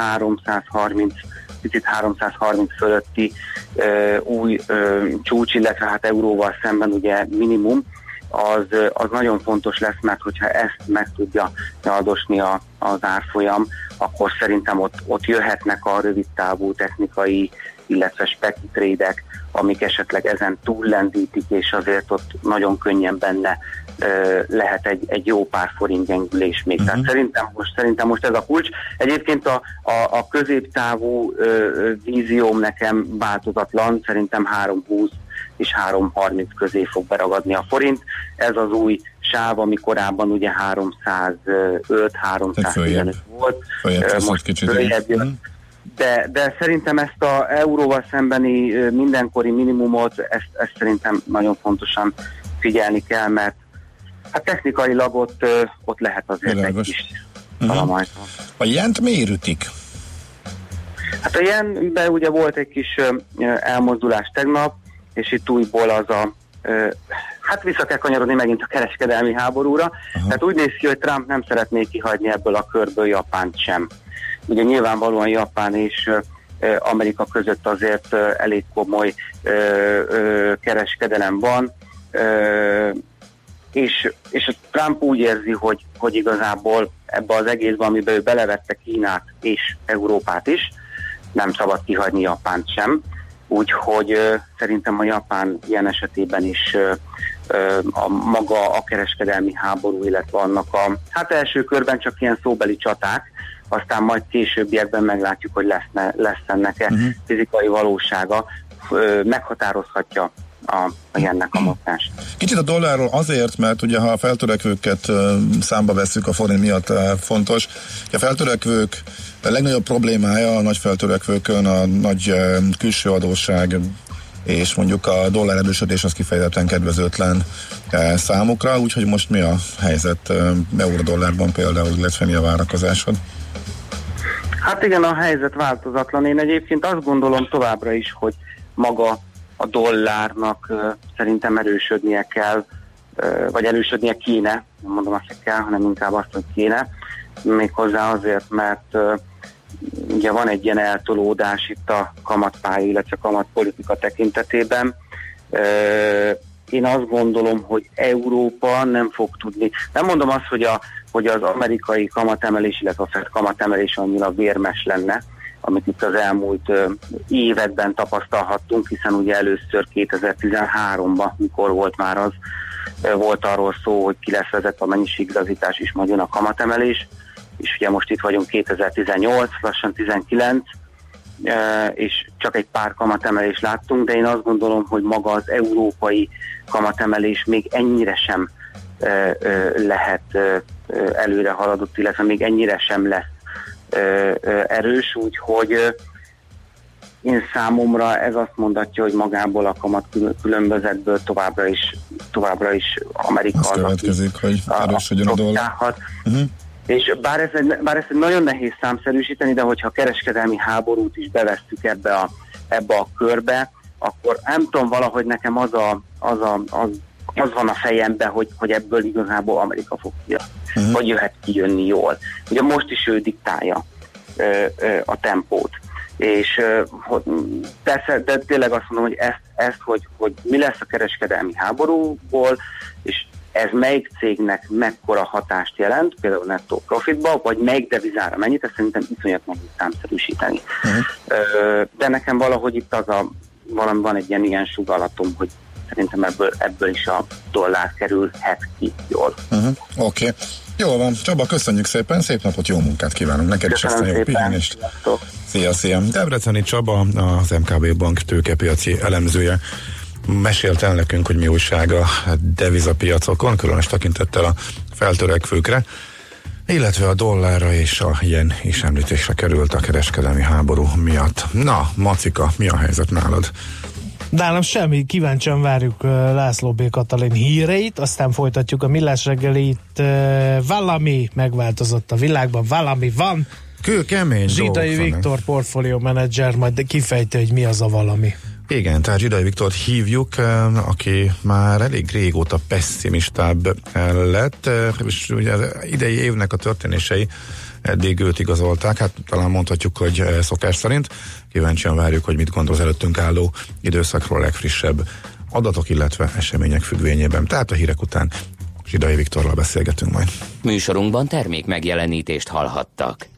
330 fölötti új csúcs, illetve hát euróval szemben ugye minimum, az nagyon fontos lesz, mert hogyha ezt meg tudja nyaldosni az árfolyam, akkor szerintem ott jöhetnek a rövidtávú technikai, illetve speki-trédek, amik esetleg ezen túllendítik, és azért ott nagyon könnyen benne lehet egy jó pár forint gyengülés még. Tehát szerintem most ez a kulcs. Egyébként a középtávú vízióm nekem változatlan, szerintem 3.20 és 3.30 közé fog beragadni a forint. Ez az új sáv, ami korábban ugye 305-315 volt. Most följebb jött. De szerintem ezt az euróval szembeni mindenkori minimumot, ezt szerintem nagyon fontosan figyelni kell, mert hát technikailag ott lehet azért egy kis valamajta. A jent miért ütik? Hát a jenben ugye volt egy kis elmozdulás tegnap, és itt újból az hát vissza kell kanyarodni megint a kereskedelmi háborúra. Tehát úgy néz ki, hogy Trump nem szeretné kihagyni ebből a körből Japánt sem. Ugye nyilvánvalóan Japán és Amerika között azért elég komoly kereskedelem van, és a Trump úgy érzi, hogy igazából ebbe az egészben, amiben ő belevette Kínát és Európát is, nem szabad kihagyni Japánt sem. Úgyhogy szerintem a Japán ilyen esetében is maga a kereskedelmi háború, illetve annak hát első körben csak ilyen szóbeli csaták, aztán majd későbbiekben meglátjuk, hogy lesz ennek fizikai valósága, meghatározhatja a jennek a mozgás. Kicsit a dollárról azért, mert ugye ha a feltörekvőket számba vesszük, a forint miatt fontos, hogy a feltörekvők a legnagyobb problémája a nagy feltörekvőkön a nagy külső adósság, és mondjuk a dollár erősödés az kifejezetten kedvezőtlen számukra, úgyhogy most mi a helyzet euró-dollárban például, illetve mi a várakozásod? Hát igen, a helyzet változatlan. Én egyébként azt gondolom továbbra is, hogy maga a dollárnak szerintem erősödnie kell, vagy erősödnie kéne, nem mondom azt, hogy kell, hanem inkább azt, hogy kéne, méghozzá azért, mert ugye van egy ilyen eltolódás itt a kamatpálya, illetve kamatpolitika tekintetében. Én azt gondolom, hogy Európa nem fog tudni, nem mondom azt, hogy az amerikai kamatemelés, illetve a Fed kamatemelés annyira vérmes lenne, amit itt az elmúlt években tapasztalhattunk, hiszen ugye először 2013-ban, mikor volt már az, volt arról szó, hogy ki lesz vezet a mennyiségigazítás és majd jön a kamatemelés, és ugye most itt vagyunk 2018, lassan 19, és csak egy pár kamatemelés láttunk, de én azt gondolom, hogy maga az európai kamatemelés még ennyire sem lehet előre haladott, illetve még ennyire sem lesz erős, úgyhogy én számomra ez azt mondatja, hogy magából a kamat különbözetből továbbra is Amerika az következik, hogy erősödjön a dollár. És bár ez egy nagyon nehéz számszerűsíteni, de hogyha kereskedelmi háborút is bevesszük ebbe a körbe, akkor nem tudom, valahogy nekem az van a fejemben, hogy ebből igazából Amerika fog vagy jöhet kijönni jól. Ugye most is ő diktálja a tempót. És persze, de tényleg azt mondom, hogy ezt hogy mi lesz a kereskedelmi háborúból, és ez melyik cégnek mekkora hatást jelent, például nettó profitba, vagy melyik devizára mennyit, ezt szerintem iszonyat nehéz számszerűsíteni. De nekem valahogy itt van egy ilyen sugalatom, hogy szerintem ebből is a dollár kerülhet ki jól. Oké. Jól van. Csaba, köszönjük szépen, szép napot, jó munkát kívánunk neked, és aztán jó pihenést. Szia. Debreceni Csaba, az MKB Bank tőkepiaci elemzője mesélt el nekünk, hogy mi újság a devizapiacokon, különös tekintettel a feltörekvőkre, illetve a dollárra és a yen is említésre került a kereskedelmi háború miatt. Na, Macika, mi a helyzet nálad? Nálam semmi, kíváncsian várjuk László B. Katalin híreit, aztán folytatjuk a Millás reggelit. Valami megváltozott a világban, valami van. Kőkemény Zsidai Viktor portfólió menedzser majd kifejti, hogy mi az a valami. Igen, tehát Zsidai Viktort hívjuk, aki már elég régóta pessimistább lett, és ugye az idei évnek a történései eddig őt igazolták, hát talán mondhatjuk, hogy szokás szerint. Kíváncsian várjuk, hogy mit gondol az előttünk álló időszakról a legfrissebb adatok, illetve események függvényében. Tehát a hírek után Zsidai Viktorral beszélgetünk majd. Műsorunkban termék megjelenítést hallhattak.